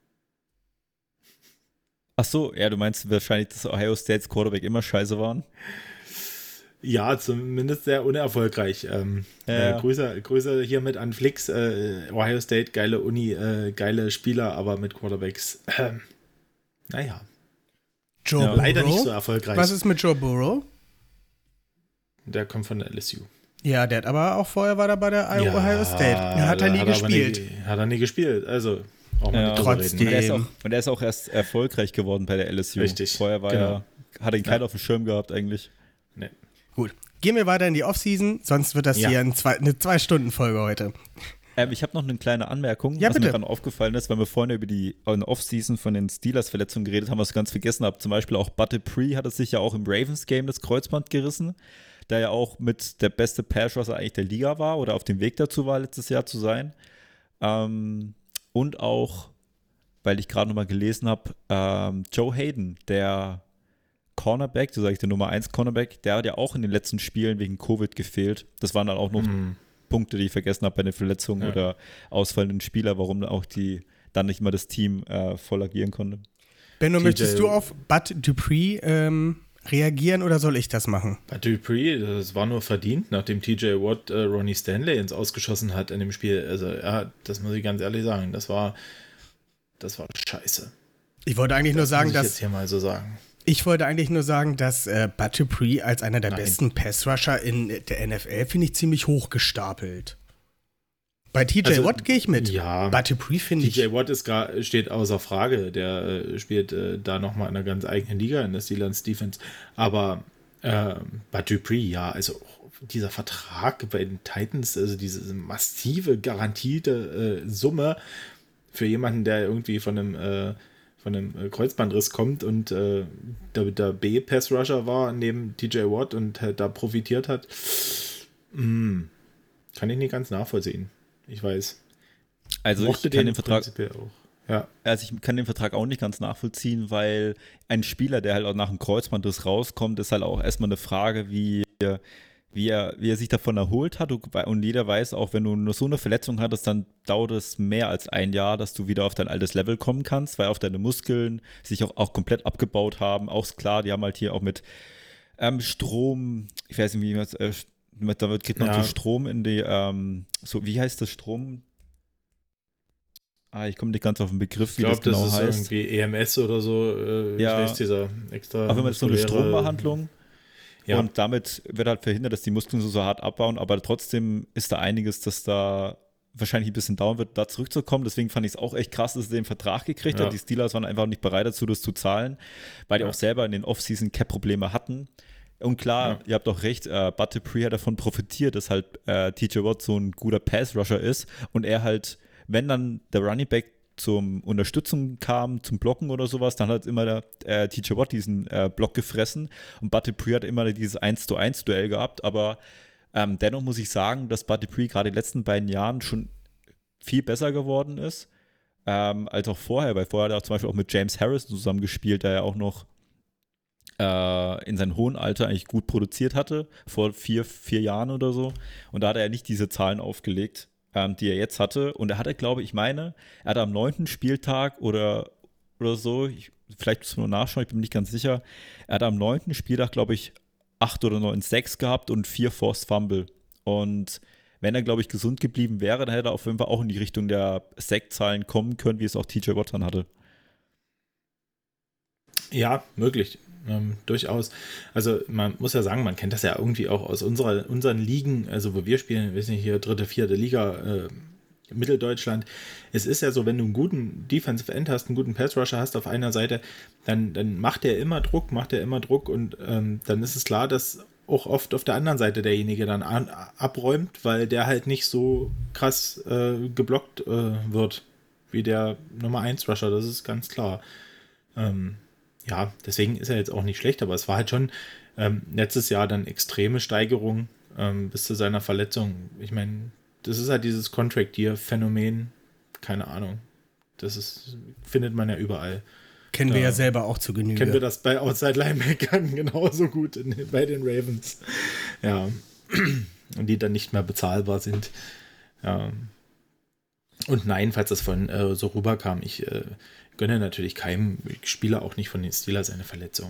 Ach so, ja, du meinst wahrscheinlich, dass Ohio States Quarterback immer scheiße waren? Ja, zumindest sehr unerfolgreich. Ähm, Ja, äh, ja. Grüße, Grüße hiermit an Flix. Äh, Ohio State, geile Uni, äh, geile Spieler, aber mit Quarterbacks, äh, naja, Joe Ja, Burrow? leider nicht so erfolgreich. Was ist mit Joe Burrow? Der kommt von der L S U. Ja, der hat aber auch vorher war er bei der Ohio State. Er hat er da nie aber gespielt. Nie, hat er nie gespielt, also auch mal Ja, nicht drüber trotzdem. reden. Und er, ist auch, Ähm. und er ist auch erst erfolgreich geworden bei der L S U. Richtig, Vorher war genau. er, hat er ihn keiner Ja. auf dem Schirm gehabt eigentlich. Nee. Gut. Gehen wir weiter in die Offseason, sonst wird das Ja. hier ein zwei, eine Zwei-Stunden-Folge heute. Ähm, ich habe noch eine kleine Anmerkung, Ja, was bitte. mir gerade aufgefallen ist, weil wir vorhin über die äh, Offseason von den Steelers-Verletzungen geredet haben, was ich ganz vergessen habe. Zum Beispiel auch Bud Dupree hat es sich ja auch im Ravens-Game das Kreuzband gerissen, der ja auch mit der beste Pass-Rusher eigentlich der Liga war oder auf dem Weg dazu war, letztes Jahr zu sein. Ähm, und auch, weil ich gerade nochmal gelesen habe, ähm, Joe Hayden, der Cornerback, so sage ich der Nummer eins Cornerback, der hat ja auch in den letzten Spielen wegen Covid gefehlt. Das waren dann auch noch Mhm. Punkte, die ich vergessen habe bei den Verletzungen Ja. oder ausfallenden Spieler, warum auch die dann nicht mal das Team äh, voll agieren konnte. Benno, T J möchtest du auf Bud Dupree ähm, reagieren oder soll ich das machen? Bei Dupree, das war nur verdient, nachdem T J Watt äh, Ronnie Stanley ins Ausgeschossen hat in dem Spiel. Also, ja, das muss ich ganz ehrlich sagen. Das war, das war scheiße. Ich wollte eigentlich nur Das sagen, muss ich dass jetzt hier mal so sagen. ich wollte eigentlich nur sagen, dass äh, Bud Dupree als einer der Nein. besten Pass-Rusher in der N F L finde ich ziemlich hoch gestapelt. Bei T J Also, Watt gehe ich mit. ja. Bud Dupree finde T ich. J Watt ist gar, steht außer Frage. Der äh, spielt äh, da nochmal in einer ganz eigenen Liga in der Steelers Defense. Aber äh, bei Dupree, ja, also dieser Vertrag bei den Titans, also diese massive garantierte äh, Summe für jemanden, der irgendwie von einem, äh, von einem äh, Kreuzbandriss kommt und äh, der, der B-Pass-Rusher war neben T J Watt und halt da profitiert hat, mm, kann ich nicht ganz nachvollziehen. Ich weiß. Also Mochte ich kann den Vertrag, prinzipiell auch. Ja. also ich kann den Vertrag auch nicht ganz nachvollziehen, weil ein Spieler, der halt auch nach dem Kreuzbandriss rauskommt, ist halt auch erstmal eine Frage, wie, wie, er, wie er sich davon erholt hat. Und jeder weiß auch, wenn du nur so eine Verletzung hattest, dann dauert es mehr als ein Jahr, dass du wieder auf dein altes Level kommen kannst, weil auch deine Muskeln sich auch, auch komplett abgebaut haben. Auch ist klar, die haben halt hier auch mit ähm, Strom, ich weiß nicht, wie man es, äh, da wird geht noch Ja. so Strom in die, ähm, so, wie heißt das Strom? Ah, ich komme nicht ganz auf den Begriff, Ich wie glaube, das genau das ist heißt. irgendwie E M S oder so. Äh, Ja. Ich weiß, dieser extra. Auf jeden Fall ist so eine muskuläre- Strombehandlung. Ja. Und damit wird halt verhindert, dass die Muskeln so, so hart abbauen. Aber trotzdem ist da einiges, das da wahrscheinlich ein bisschen dauern wird, da zurückzukommen. Deswegen fand ich es auch echt krass, dass er den Vertrag gekriegt Ja. hat. Die Steelers waren einfach nicht bereit dazu, das zu zahlen, weil die Ja. auch selber in den Offseason Cap-Probleme hatten. Und klar, Ja. ihr habt auch recht, äh, Bud Dupree hat davon profitiert, dass halt äh, T J Watt so ein guter Pass-Rusher ist und er halt, wenn dann der Running Back zum Unterstützung kam, zum Blocken oder sowas, dann hat immer der äh, T J Watt diesen äh, Block gefressen und Bud Dupree hat immer dieses eins zu eins Duell gehabt, aber ähm, dennoch muss ich sagen, dass Bud Dupree gerade in den letzten beiden Jahren schon viel besser geworden ist, ähm, als auch vorher, weil vorher hat er zum Beispiel auch mit James Harrison zusammengespielt, der ja auch noch äh, in seinem hohen Alter eigentlich gut produziert hatte, vor vier, vier Jahren oder so. Und da hat er ja nicht diese Zahlen aufgelegt, ähm, die er jetzt hatte. Und er hatte, glaube ich, meine, er hatte am neunten Spieltag oder, oder so, ich, vielleicht müssen wir nachschauen, ich bin mir nicht ganz sicher, er hatte am neunten Spieltag, glaube ich, acht oder neun Sacks gehabt und vier Forced Fumble. Und wenn er, glaube ich, gesund geblieben wäre, dann hätte er auf jeden Fall auch in die Richtung der Sack-Zahlen kommen können, wie es auch T J Watt dann hatte. Ja, möglich. Ähm, durchaus. Also man muss ja sagen, man kennt das ja irgendwie auch aus unserer, unseren Ligen, also wo wir spielen, weiß nicht, hier dritte, vierte Liga, äh, Mitteldeutschland. Es ist ja so, wenn du einen guten Defensive End hast, einen guten Pass Rusher hast auf einer Seite, dann, dann macht der immer Druck, macht der immer Druck und ähm, dann ist es klar, dass auch oft auf der anderen Seite derjenige dann an, abräumt, weil der halt nicht so krass äh, geblockt äh, wird wie der Nummer eins Rusher, das ist ganz klar. Ähm, ja, deswegen ist er jetzt auch nicht schlecht, aber es war halt schon ähm, letztes Jahr dann extreme Steigerung ähm, bis zu seiner Verletzung. Ich meine, das ist halt dieses Contract-Year-Phänomen. Keine Ahnung. Das ist, findet man ja überall. Kennen da, wir ja selber auch zu Genüge. Kennen wir das bei Outside-Linebackern genauso gut in, bei den Ravens. Ja. Und die dann nicht mehr bezahlbar sind. Ja. Und nein, falls das von äh, so rüberkam, ich äh, gönne natürlich keinem Spieler, auch nicht von den Steelers, eine Verletzung.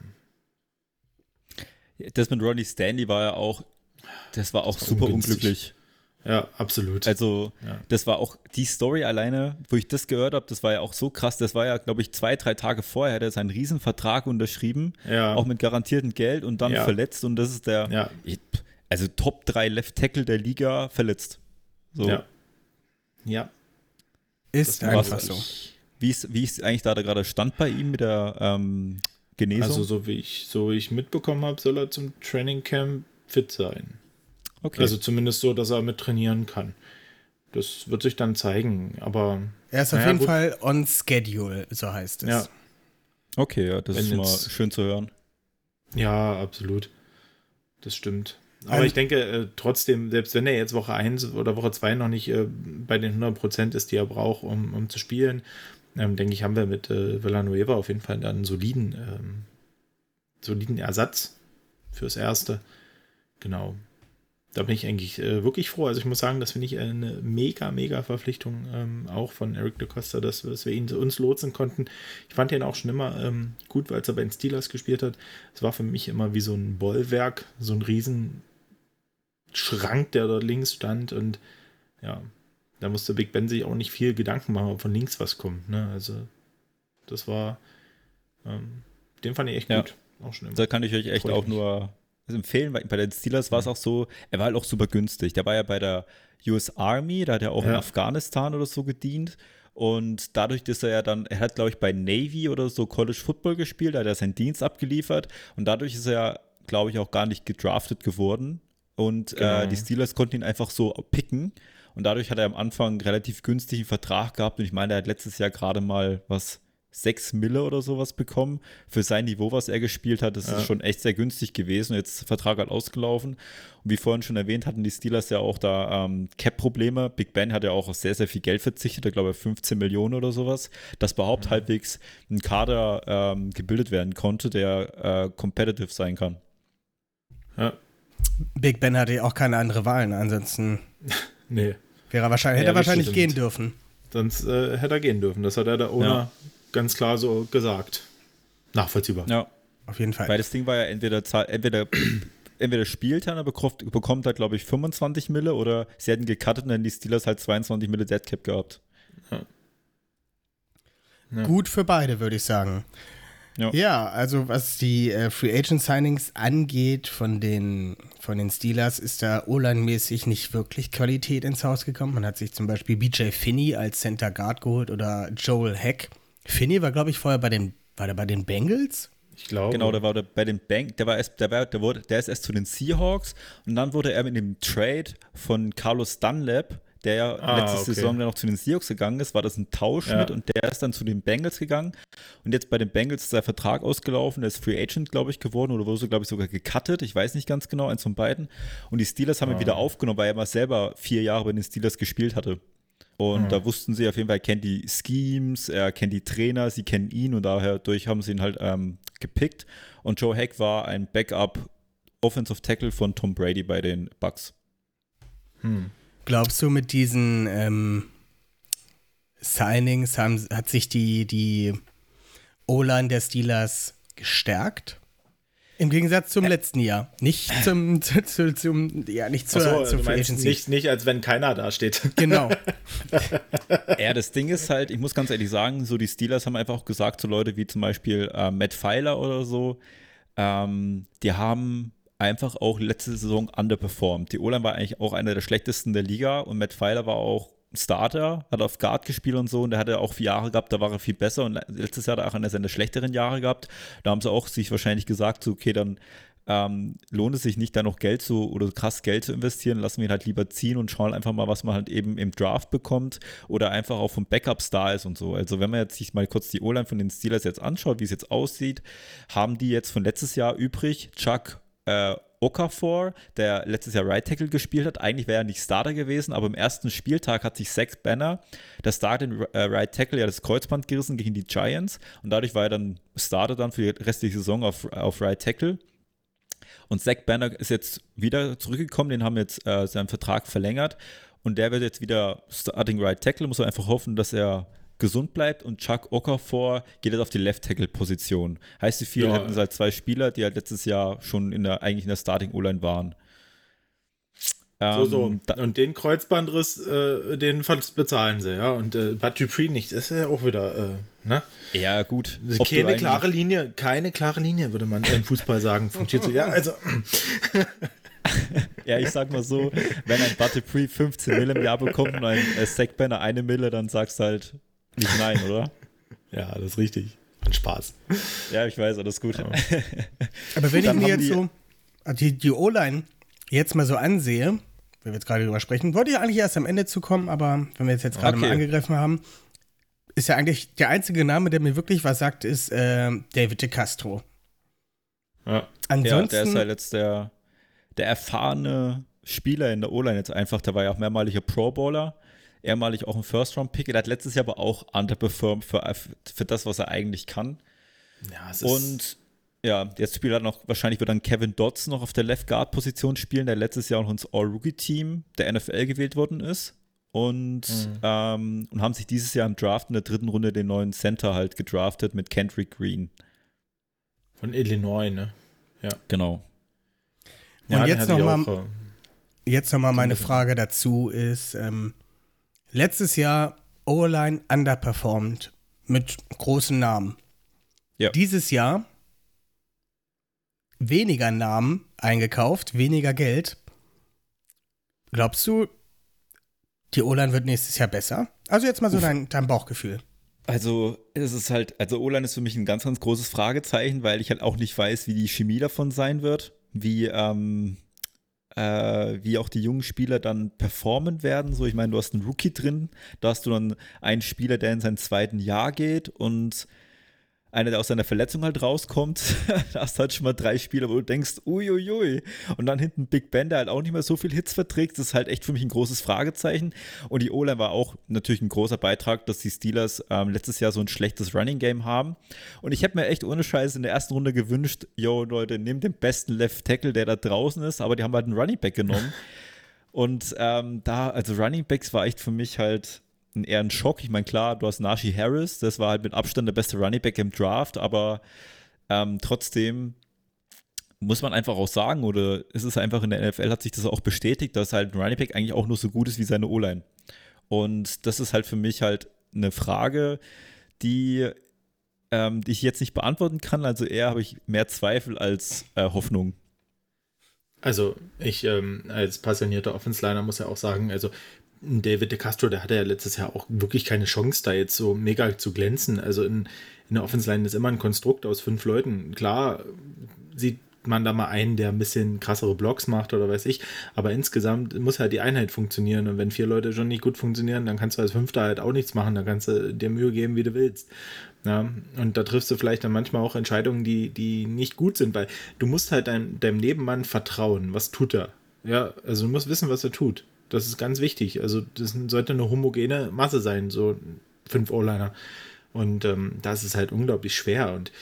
Ähm. Das mit Ronnie Stanley war ja auch, das war auch das war super ungünstig. unglücklich. Ja, absolut. Also, ja. das war auch die Story alleine, wo ich das gehört habe, das war ja auch so krass. Das war ja, glaube ich, zwei, drei Tage vorher, hat er seinen Riesenvertrag unterschrieben, ja. auch mit garantiertem Geld und dann ja. verletzt. Und das ist der, ja. also Top drei Left Tackle der Liga verletzt. So. Ja. Ja. Ist einfach so. Wie ist, wie ist eigentlich da gerade Stand bei ihm mit der ähm, Genesung? Also, so wie ich, so wie ich mitbekommen habe, soll er zum Training Camp fit sein. Okay. Also zumindest so, dass er mit trainieren kann. Das wird sich dann zeigen, aber... Er ist auf naja, jeden gut. Fall on schedule, so heißt es. Ja. Okay, ja, das Wenn ist schon mal jetzt- schön zu hören. Ja, absolut. Das stimmt. Aber Ähm, ich denke äh, trotzdem, selbst wenn er jetzt Woche eins oder Woche zwei noch nicht äh, bei den hundert Prozent ist, die er braucht, um, um zu spielen, ähm, denke ich, haben wir mit äh, Villanueva auf jeden Fall dann einen soliden, ähm, soliden Ersatz fürs Erste. Genau. Da bin ich eigentlich äh, wirklich froh. Also ich muss sagen, das finde ich eine mega, mega Verpflichtung ähm, auch von Eric DeCosta, dass, dass wir ihn zu uns lotsen konnten. Ich fand ihn auch schon immer ähm, gut, weil er bei den Steelers gespielt hat. Es war für mich immer wie so ein Bollwerk, so ein riesen Schrank, der da links stand. Und ja, da musste Big Ben sich auch nicht viel Gedanken machen, ob von links was kommt. Ne? Also das war, ähm, den fand ich echt Ja. gut. Auch schon immer. Da kann ich euch echt Freut auch mich. nur empfehlen, weil bei den Steelers war es auch so, er war halt auch super günstig. Der war ja bei der U S Army, da hat er auch in Ja. Afghanistan oder so gedient. Und dadurch, dass er ja dann, er hat, glaube ich, bei Navy oder so College Football gespielt, da hat er seinen Dienst abgeliefert. Und dadurch ist er, glaube ich, auch gar nicht gedraftet geworden. Und Genau. äh, die Steelers konnten ihn einfach so picken. Und dadurch hat er am Anfang einen relativ günstigen Vertrag gehabt. Und ich meine, er hat letztes Jahr gerade mal was sechs Mille oder sowas bekommen für sein Niveau, was er gespielt hat. Das Ja. ist schon echt sehr günstig gewesen. Jetzt ist der Vertrag halt ausgelaufen. Und wie vorhin schon erwähnt, hatten die Steelers ja auch da ähm, Cap-Probleme. Big Ben hat ja auch auf sehr, sehr viel Geld verzichtet. Ich glaube, fünfzehn Millionen oder sowas, dass überhaupt Mhm. halbwegs ein Kader ähm, gebildet werden konnte, der äh, competitive sein kann. Ja, Big Ben hatte ja auch keine andere Wahl. Ansonsten nee. wäre er wahrscheinlich, hätte Ja, er wahrscheinlich das gehen stimmt. dürfen. Sonst äh, hätte er gehen dürfen. Das hat er der Owner Ja. ganz klar so gesagt. Nachvollziehbar. Ja, Auf jeden Fall. weil das Ding war ja entweder, zahl- entweder, entweder spielt er, bekommt, bekommt er, glaube ich, fünfundzwanzig Mille oder sie hätten gecuttet und dann die Steelers halt zweiundzwanzig Mille Deadcap gehabt. Ja. Gut für beide, würde ich sagen. Ja. Ja, also was die äh, Free Agent Signings angeht von den, von den Steelers, ist da O-Line-mäßig nicht wirklich Qualität ins Haus gekommen. Man hat sich zum Beispiel B J Finney als Center Guard geholt oder Joel Heck. Finney war, glaube ich, vorher bei den, war der bei den Bengals? Ich glaube. Genau, der war der, bei den Bank, der war erst, der war, der wurde, der ist erst zu den Seahawks und dann wurde er mit dem Trade von Carlos Dunlap, der ja Ah, letzte okay. Saison dann noch zu den Seahawks gegangen ist, war das ein Tausch Ja. mit und der ist dann zu den Bengals gegangen und jetzt bei den Bengals ist der Vertrag ausgelaufen, der ist Free Agent, glaube ich, geworden oder wurde so, glaube ich, sogar gecuttet, ich weiß nicht ganz genau, eins von beiden und die Steelers haben ihn Ah. wieder aufgenommen, weil er mal selber vier Jahre bei den Steelers gespielt hatte. Und Mhm. da wussten sie auf jeden Fall, er kennt die Schemes, er kennt die Trainer, sie kennen ihn und daher durch haben sie ihn halt ähm, gepickt. Und Joe Heck war ein Backup Offensive Tackle von Tom Brady bei den Bucks. Hm. Glaubst du, mit diesen ähm, Signings haben, hat sich die, die O-Line der Steelers gestärkt? Im Gegensatz zum letzten Jahr. Nicht zum, zu, zu, zum ja, nicht zur, Achso, zur du Free meinst Agency. nicht, nicht, als wenn keiner da steht. Genau. Ja, das Ding ist halt, ich muss ganz ehrlich sagen, so die Steelers haben einfach auch gesagt, so Leute wie zum Beispiel äh, Matt Feiler oder so, ähm, die haben einfach auch letzte Saison underperformed. Die O-Line war eigentlich auch einer der schlechtesten der Liga und Matt Feiler war auch ein Starter, hat auf Guard gespielt und so und der hatte auch vier Jahre gehabt, da war er viel besser und letztes Jahr hat er auch einer seiner schlechteren Jahre gehabt. Da haben sie auch sich wahrscheinlich gesagt, so okay, dann ähm, lohnt es sich nicht, da noch Geld zu oder krass Geld zu investieren, lassen wir ihn halt lieber ziehen und schauen einfach mal, was man halt eben im Draft bekommt oder einfach auch vom Backup da ist und so. Also wenn man jetzt sich mal kurz die O-Line von den Steelers jetzt anschaut, wie es jetzt aussieht, haben die jetzt von letztes Jahr übrig Chuck äh, Okafor, der letztes Jahr Right Tackle gespielt hat. Eigentlich wäre er nicht Starter gewesen, aber im ersten Spieltag hat sich Zach Banner, der startet äh, Right Tackle, ja das Kreuzband gerissen gegen die Giants und dadurch war er dann Starter dann für die restliche Saison auf, auf Right Tackle. Und Zach Banner ist jetzt wieder zurückgekommen, den haben jetzt äh, seinen Vertrag verlängert und der wird jetzt wieder Starting Right Tackle, muss man einfach hoffen, dass er gesund bleibt und Chuck Okafor geht jetzt auf die Left-Tackle-Position. Heißt, die vier ja. hätten halt zwei Spieler, die halt letztes Jahr schon in der, eigentlich in der Starting-O-Line waren. So, so. Ähm, da, und den Kreuzbandriss, äh, den bezahlen sie, ja. Und äh, Bud Dupree nicht, das ist ja auch wieder, äh, ne? Ja, gut. Keine klare Linie, keine klare Linie, würde man im Fußball sagen. Funktioniert so, ja, also. Ja, ich sag mal so, wenn ein Bud Dupree fünfzehn Mille im Jahr bekommt und ein äh, Zach Banner eine Mille, dann sagst du halt nicht nein, oder? Ja, das ist richtig. Und Spaß. Ja, ich weiß, alles gut. Ja. Aber wenn ich mir jetzt die, so die, die O-Line jetzt mal so ansehe, wenn wir jetzt gerade drüber sprechen, wollte ich eigentlich erst am Ende zukommen, aber wenn wir jetzt, jetzt gerade okay. mal angegriffen haben, ist ja eigentlich der einzige Name, der mir wirklich was sagt, ist äh, David DeCastro. Ja. Ansonsten, ja, der ist halt jetzt der, der erfahrene Spieler in der O-Line jetzt einfach. Der war ja auch mehrmaliger Pro-Bowler, ehemalig auch ein First-Round-Pick. Der hat letztes Jahr aber auch underperformed für, für das, was er eigentlich kann. Ja, es ist Und ja, jetzt spielt er noch, wahrscheinlich wird dann Kevin Dodson noch auf der Left-Guard-Position spielen, der letztes Jahr auch ins All-Rookie-Team der N F L gewählt worden ist. Und, mhm. ähm, und haben sich dieses Jahr im Draft in der dritten Runde den neuen Center halt gedraftet mit Kendrick Green. Von Illinois, ne? Ja. Genau. Und ja, jetzt nochmal äh, jetzt noch mal meine Frage dazu ist, ähm, letztes Jahr O-Line underperformed mit großen Namen. Ja. Dieses Jahr weniger Namen eingekauft, weniger Geld. Glaubst du, die O-Line wird nächstes Jahr besser? Also jetzt mal so dein, dein Bauchgefühl. Also es ist halt, also O-Line ist für mich ein ganz, ganz großes Fragezeichen, weil ich halt auch nicht weiß, wie die Chemie davon sein wird, wie, ähm, äh, wie auch die jungen Spieler dann performen werden. So, ich meine, du hast einen Rookie drin, da hast du dann einen Spieler, der in sein zweiten Jahr geht und einer, der aus seiner Verletzung halt rauskommt, da hast du halt schon mal drei Spieler, wo du denkst, uiuiui. Und dann hinten Big Ben, der halt auch nicht mehr so viel Hits verträgt. Das ist halt echt für mich ein großes Fragezeichen. Und die O-Line war auch natürlich ein großer Beitrag, dass die Steelers ähm, letztes Jahr so ein schlechtes Running-Game haben. Und ich hätte mir echt ohne Scheiß in der ersten Runde gewünscht, yo Leute, nehmt den besten Left Tackle, der da draußen ist. Aber die haben halt einen Running Back genommen. Und ähm, da, also Running Backs war echt für mich halt eher ein Schock. Ich meine, klar, du hast Najee Harris, das war halt mit Abstand der beste Running Back im Draft, aber ähm, trotzdem muss man einfach auch sagen, oder ist es einfach in der N F L hat sich das auch bestätigt, dass halt ein Running Back eigentlich auch nur so gut ist wie seine O-Line. Und das ist halt für mich halt eine Frage, die, ähm, die ich jetzt nicht beantworten kann. Also eher habe ich mehr Zweifel als äh, Hoffnung. Also ich ähm, als passionierter Offense-Liner muss ja auch sagen, also David DeCastro, der hatte ja letztes Jahr auch wirklich keine Chance, da jetzt so mega zu glänzen. Also in, in der Offense-Line ist immer ein Konstrukt aus fünf Leuten. Klar sieht man da mal einen, der ein bisschen krassere Blocks macht oder weiß ich, aber insgesamt muss halt die Einheit funktionieren und wenn vier Leute schon nicht gut funktionieren, dann kannst du als Fünfter halt auch nichts machen, dann kannst du dir Mühe geben, wie du willst. Ja, und da triffst du vielleicht dann manchmal auch Entscheidungen, die, die nicht gut sind, weil du musst halt deinem, deinem Nebenmann vertrauen. Was tut er? Ja, also du musst wissen, was er tut. Das ist ganz wichtig. Also das sollte eine homogene Masse sein, so fünf O-Liner. Und ähm, das ist halt unglaublich schwer. Und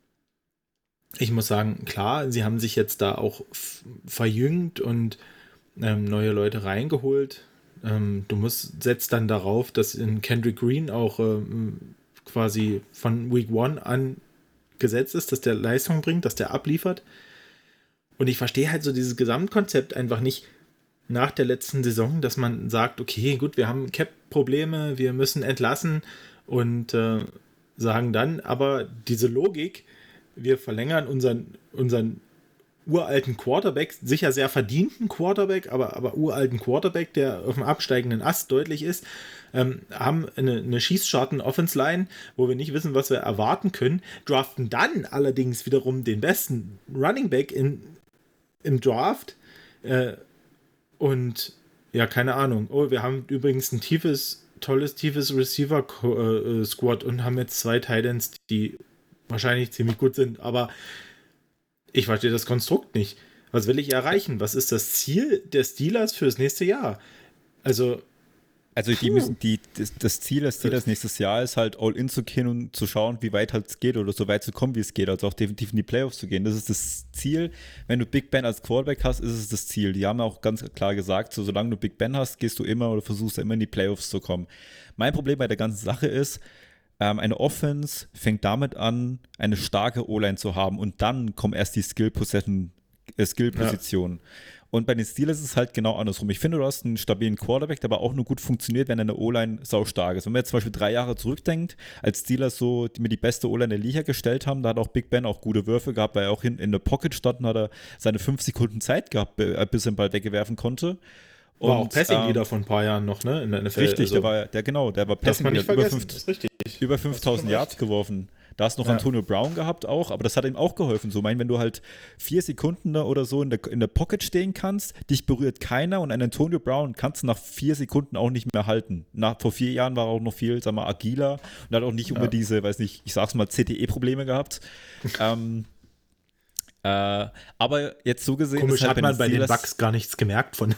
ich muss sagen, klar, sie haben sich jetzt da auch f- verjüngt und ähm, neue Leute reingeholt. Ähm, du musst setzt dann darauf, dass in Kendrick Green auch ähm, quasi von Week One an gesetzt ist, dass der Leistung bringt, dass der abliefert. Und ich verstehe halt so dieses Gesamtkonzept einfach nicht, nach der letzten Saison, dass man sagt, okay, gut, wir haben Cap-Probleme, wir müssen entlassen und äh, sagen dann, aber diese Logik, wir verlängern unseren, unseren uralten Quarterback, sicher sehr verdienten Quarterback, aber, aber uralten Quarterback, der auf dem absteigenden Ast deutlich ist, ähm, haben eine, eine Schießscharten-Offense-Line, wo wir nicht wissen, was wir erwarten können, draften dann allerdings wiederum den besten Running Back in, im Draft, äh, und ja, keine Ahnung. Oh, wir haben übrigens ein tiefes, tolles, tiefes Receiver-Squad und haben jetzt zwei Titans, die wahrscheinlich ziemlich gut sind, aber ich verstehe das Konstrukt nicht. Was will ich erreichen? Was ist das Ziel der Steelers fürs nächste Jahr? Also, Also die müssen die, das, das Ziel des Steelers nächstes Jahr ist halt all in zu gehen und zu schauen, wie weit halt es geht oder so weit zu kommen, wie es geht, also auch definitiv in die Playoffs zu gehen. Das ist das Ziel. Wenn du Big Ben als Quarterback hast, ist es das Ziel. Die haben auch ganz klar gesagt, so solange du Big Ben hast, gehst du immer oder versuchst immer in die Playoffs zu kommen. Mein Problem bei der ganzen Sache ist, ähm, eine Offense fängt damit an, eine starke O-Line zu haben und dann kommen erst die Skill-Positionen. Äh, Skill-Positionen. Ja. Und bei den Steelers ist es halt genau andersrum. Ich finde, du hast einen stabilen Quarterback, der aber auch nur gut funktioniert, wenn deine O-Line saustark ist. Wenn man jetzt zum Beispiel drei Jahre zurückdenkt, als Steelers so die mir die beste O-Line der Liga gestellt haben, da hat auch Big Ben auch gute Würfe gehabt, weil er auch in, in der Pocket stand und hat er seine fünf Sekunden Zeit gehabt, bis er den Ball weggewerfen konnte. Und, war auch ähm, Passing-Leader von ein paar Jahren noch, ne? In der N F L. Richtig, also, der war der genau, der war Passing-Leader, über, über fünftausend Yards geworfen. Da hast du noch ja. Antonio Brown gehabt auch, aber das hat ihm auch geholfen. So, ich meine, wenn du halt vier Sekunden oder so in der, in der Pocket stehen kannst, dich berührt keiner und einen Antonio Brown kannst du nach vier Sekunden auch nicht mehr halten. Nach, vor vier Jahren war er auch noch viel, sag mal, agiler und hat auch nicht ja. immer diese, weiß nicht, ich sag's mal, C T E-Probleme gehabt. ähm, äh, aber jetzt so gesehen... Komisch, halt, hat man bei den Bucks gar nichts gemerkt von...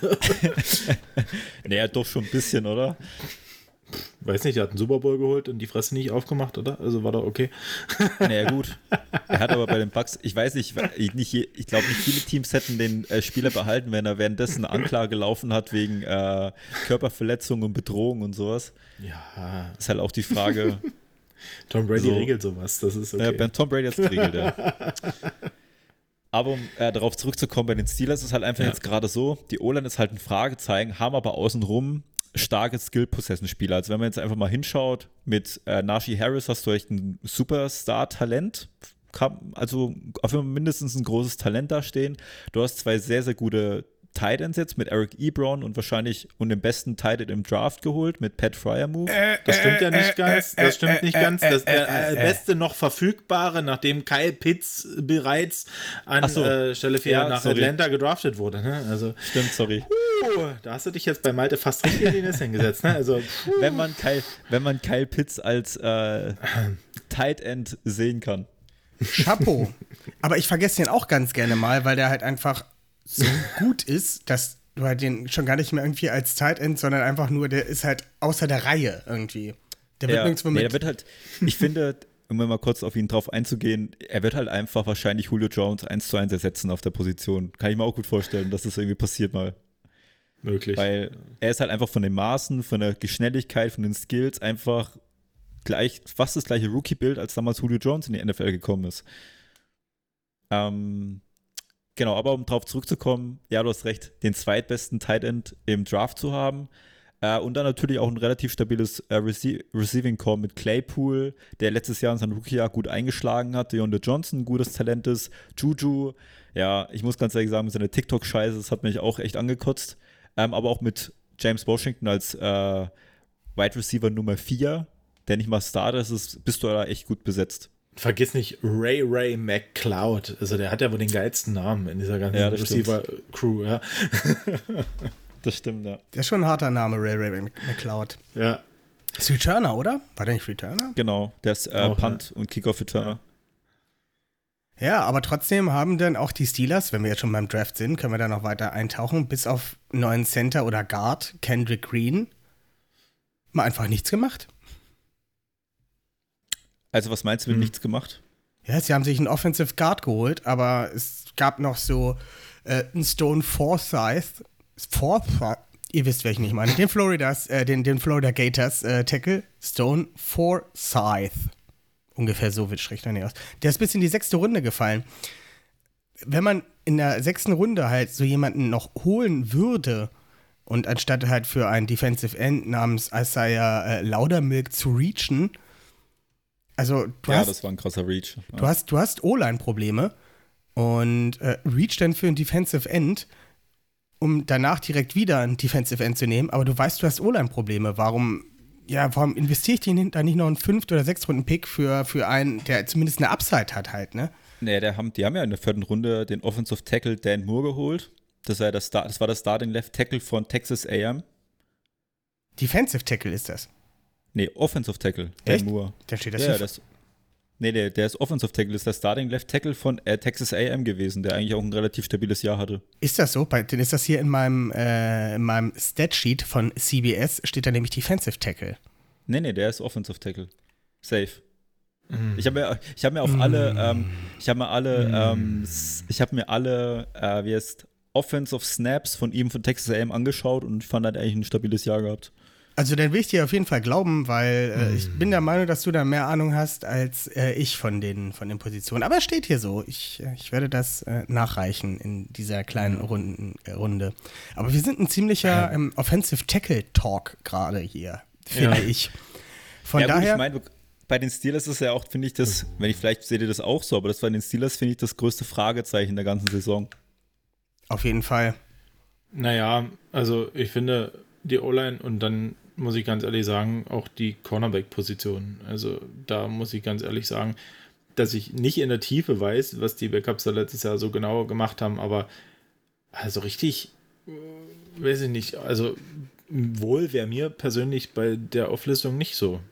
Naja, doch schon ein bisschen, oder? Weiß nicht, der hat einen Super Bowl geholt und die Fresse nicht aufgemacht, oder? Also war doch okay. Naja, gut. Er hat aber bei den Bucks, ich weiß nicht, nicht ich glaube nicht viele Teams hätten den äh, Spieler behalten, wenn er währenddessen eine Anklage laufen hat wegen äh, Körperverletzung und Bedrohung und sowas. Ja. Ist halt auch die Frage. Tom Brady so, regelt sowas, das ist okay. Ja, Tom Brady hat es geregelt, ja. Aber um äh, darauf zurückzukommen, bei den Steelers ist es halt einfach ja. jetzt gerade so, die O-Line ist halt ein Fragezeichen, haben aber außenrum starke Skill-Possession-Spieler. Also wenn man jetzt einfach mal hinschaut, mit äh, Najee Harris hast du echt ein Superstar-Talent, also auf jeden Fall mindestens ein großes Talent da stehen. Du hast zwei sehr, sehr gute Tight Ends jetzt mit Eric Ebron und wahrscheinlich und den besten Tight End im Draft geholt mit Pat Fryermuth. Das stimmt ja nicht ganz. Das stimmt nicht ganz. Das der beste noch verfügbare, nachdem Kyle Pitts bereits an so. äh, Stelle vier ja, nach sorry. Atlanta gedraftet wurde. Ne? Also, stimmt, sorry. Uh, da hast du dich jetzt bei Malte fast richtig in den Nest hingesetzt. Ne? Also, wenn, man Kyle, wenn man Kyle Pitts als äh, Tight End sehen kann. Chapeau. Aber ich vergesse den auch ganz gerne mal, weil der halt einfach so gut ist, dass du halt den schon gar nicht mehr irgendwie als Tight End, sondern einfach nur, der ist halt außer der Reihe irgendwie. Der wird ja, nirgendwo mit. Nee, der wird halt, ich finde, um mal kurz auf ihn drauf einzugehen, er wird halt einfach wahrscheinlich Julio Jones eins zu eins ersetzen auf der Position. Kann ich mir auch gut vorstellen, dass das irgendwie passiert mal. Möglich. Weil er ist halt einfach von den Maßen, von der Geschnelligkeit, von den Skills einfach gleich, fast das gleiche Rookie-Bild, als damals Julio Jones in die N F L gekommen ist. Ähm, Genau, aber um drauf zurückzukommen, ja, du hast recht, den zweitbesten Tight End im Draft zu haben äh, und dann natürlich auch ein relativ stabiles äh, Rece- Receiving Core mit Claypool, der letztes Jahr in seinem Rookie-Jahr gut eingeschlagen hat, DeAndre Johnson, ein gutes Talent ist, Juju, ja, ich muss ganz ehrlich sagen, mit seiner TikTok-Scheiße, das hat mich auch echt angekotzt, ähm, aber auch mit James Washington als äh, Wide Receiver Nummer vier, der nicht mal Starter ist, bist du da echt gut besetzt. Vergiss nicht Ray Ray McCloud. Also der hat ja wohl den geilsten Namen in dieser ganzen ja, Receiver-Crew. Ja. Das stimmt, ja. Der ist schon ein harter Name, Ray Ray McCloud. Ja. Ist Returner, oder? War der nicht Returner? Genau, der ist äh, auch, Punt- ja. und Kickoff-Returner. Ja, aber trotzdem haben dann auch die Steelers, wenn wir jetzt schon beim Draft sind, können wir da noch weiter eintauchen, bis auf neuen Center oder Guard, Kendrick Green, mal einfach nichts gemacht. Also was meinst du mit hm. nichts gemacht? Ja, sie haben sich einen Offensive Guard geholt, aber es gab noch so äh, einen Stone Forsyth, Forsyth, ihr wisst, welchen ich meine, den Floridas, äh, den, den Florida Gators äh, Tackle, Stone Forsyth. Ungefähr so wird schlecht aus. Der ist bis in die sechste Runde gefallen. Wenn man in der sechsten Runde halt so jemanden noch holen würde und anstatt halt für einen Defensive End namens Isaiah äh, Loudermilk zu reachen, also du ja, hast, das war ein krasser Reach. Ja. Du hast, du hast O-Line-Probleme und äh, reach dann für ein Defensive End, um danach direkt wieder ein Defensive End zu nehmen, aber du weißt, du hast O-Line-Probleme. Warum, ja, warum investiere ich denn da nicht noch einen Fünft- oder Sechstrunden-Pick für, für einen, der zumindest eine Upside hat halt, ne? Nee, der haben, die haben ja in der vierten Runde den Offensive Tackle Dan Moore geholt. Das war, das, das war das Starting Left Tackle von Texas A and M. Defensive Tackle ist das? Nee, Offensive Tackle, Dan Moore. Da steht das ja, hier. das, Nee, der, der ist Offensive Tackle, ist der Starting Left Tackle von äh, Texas A and M gewesen, der eigentlich auch ein relativ stabiles Jahr hatte. Ist das so? Bei, denn ist das hier in meinem, äh, in meinem Statsheet von C B S, steht da nämlich Defensive Tackle. Nee, nee, der ist Offensive Tackle. Safe. Mm. Ich habe mir, ich hab mir auf Mm. alle, ähm, ich habe mir alle, Mm. ähm, s- ich habe mir alle, äh, wie heißt, Offensive Snaps von ihm von Texas A and M angeschaut und fand, er hat eigentlich ein stabiles Jahr gehabt. Also dann will ich dir auf jeden Fall glauben, weil äh, ich bin der Meinung, dass du da mehr Ahnung hast als äh, ich von den, von den Positionen. Aber es steht hier so. Ich, äh, ich werde das äh, nachreichen in dieser kleinen Runden, äh, Runde. Aber wir sind ein ziemlicher ähm, Offensive Tackle Talk gerade hier, finde Ja. ich. Von ja, gut, daher, ich meine, bei den Steelers ist ja auch, finde ich, das, wenn ich vielleicht seht ihr das auch so, aber das bei den Steelers finde ich das größte Fragezeichen der ganzen Saison. auf jeden Fall. Naja, also ich finde die O-Line und dann muss ich ganz ehrlich sagen, auch die Cornerback-Position. Also da muss ich ganz ehrlich sagen, dass ich nicht in der Tiefe weiß, was die Backups da letztes Jahr so genau gemacht haben, aber also richtig, äh, weiß ich nicht, also wohl wäre mir persönlich bei der Auflistung nicht so.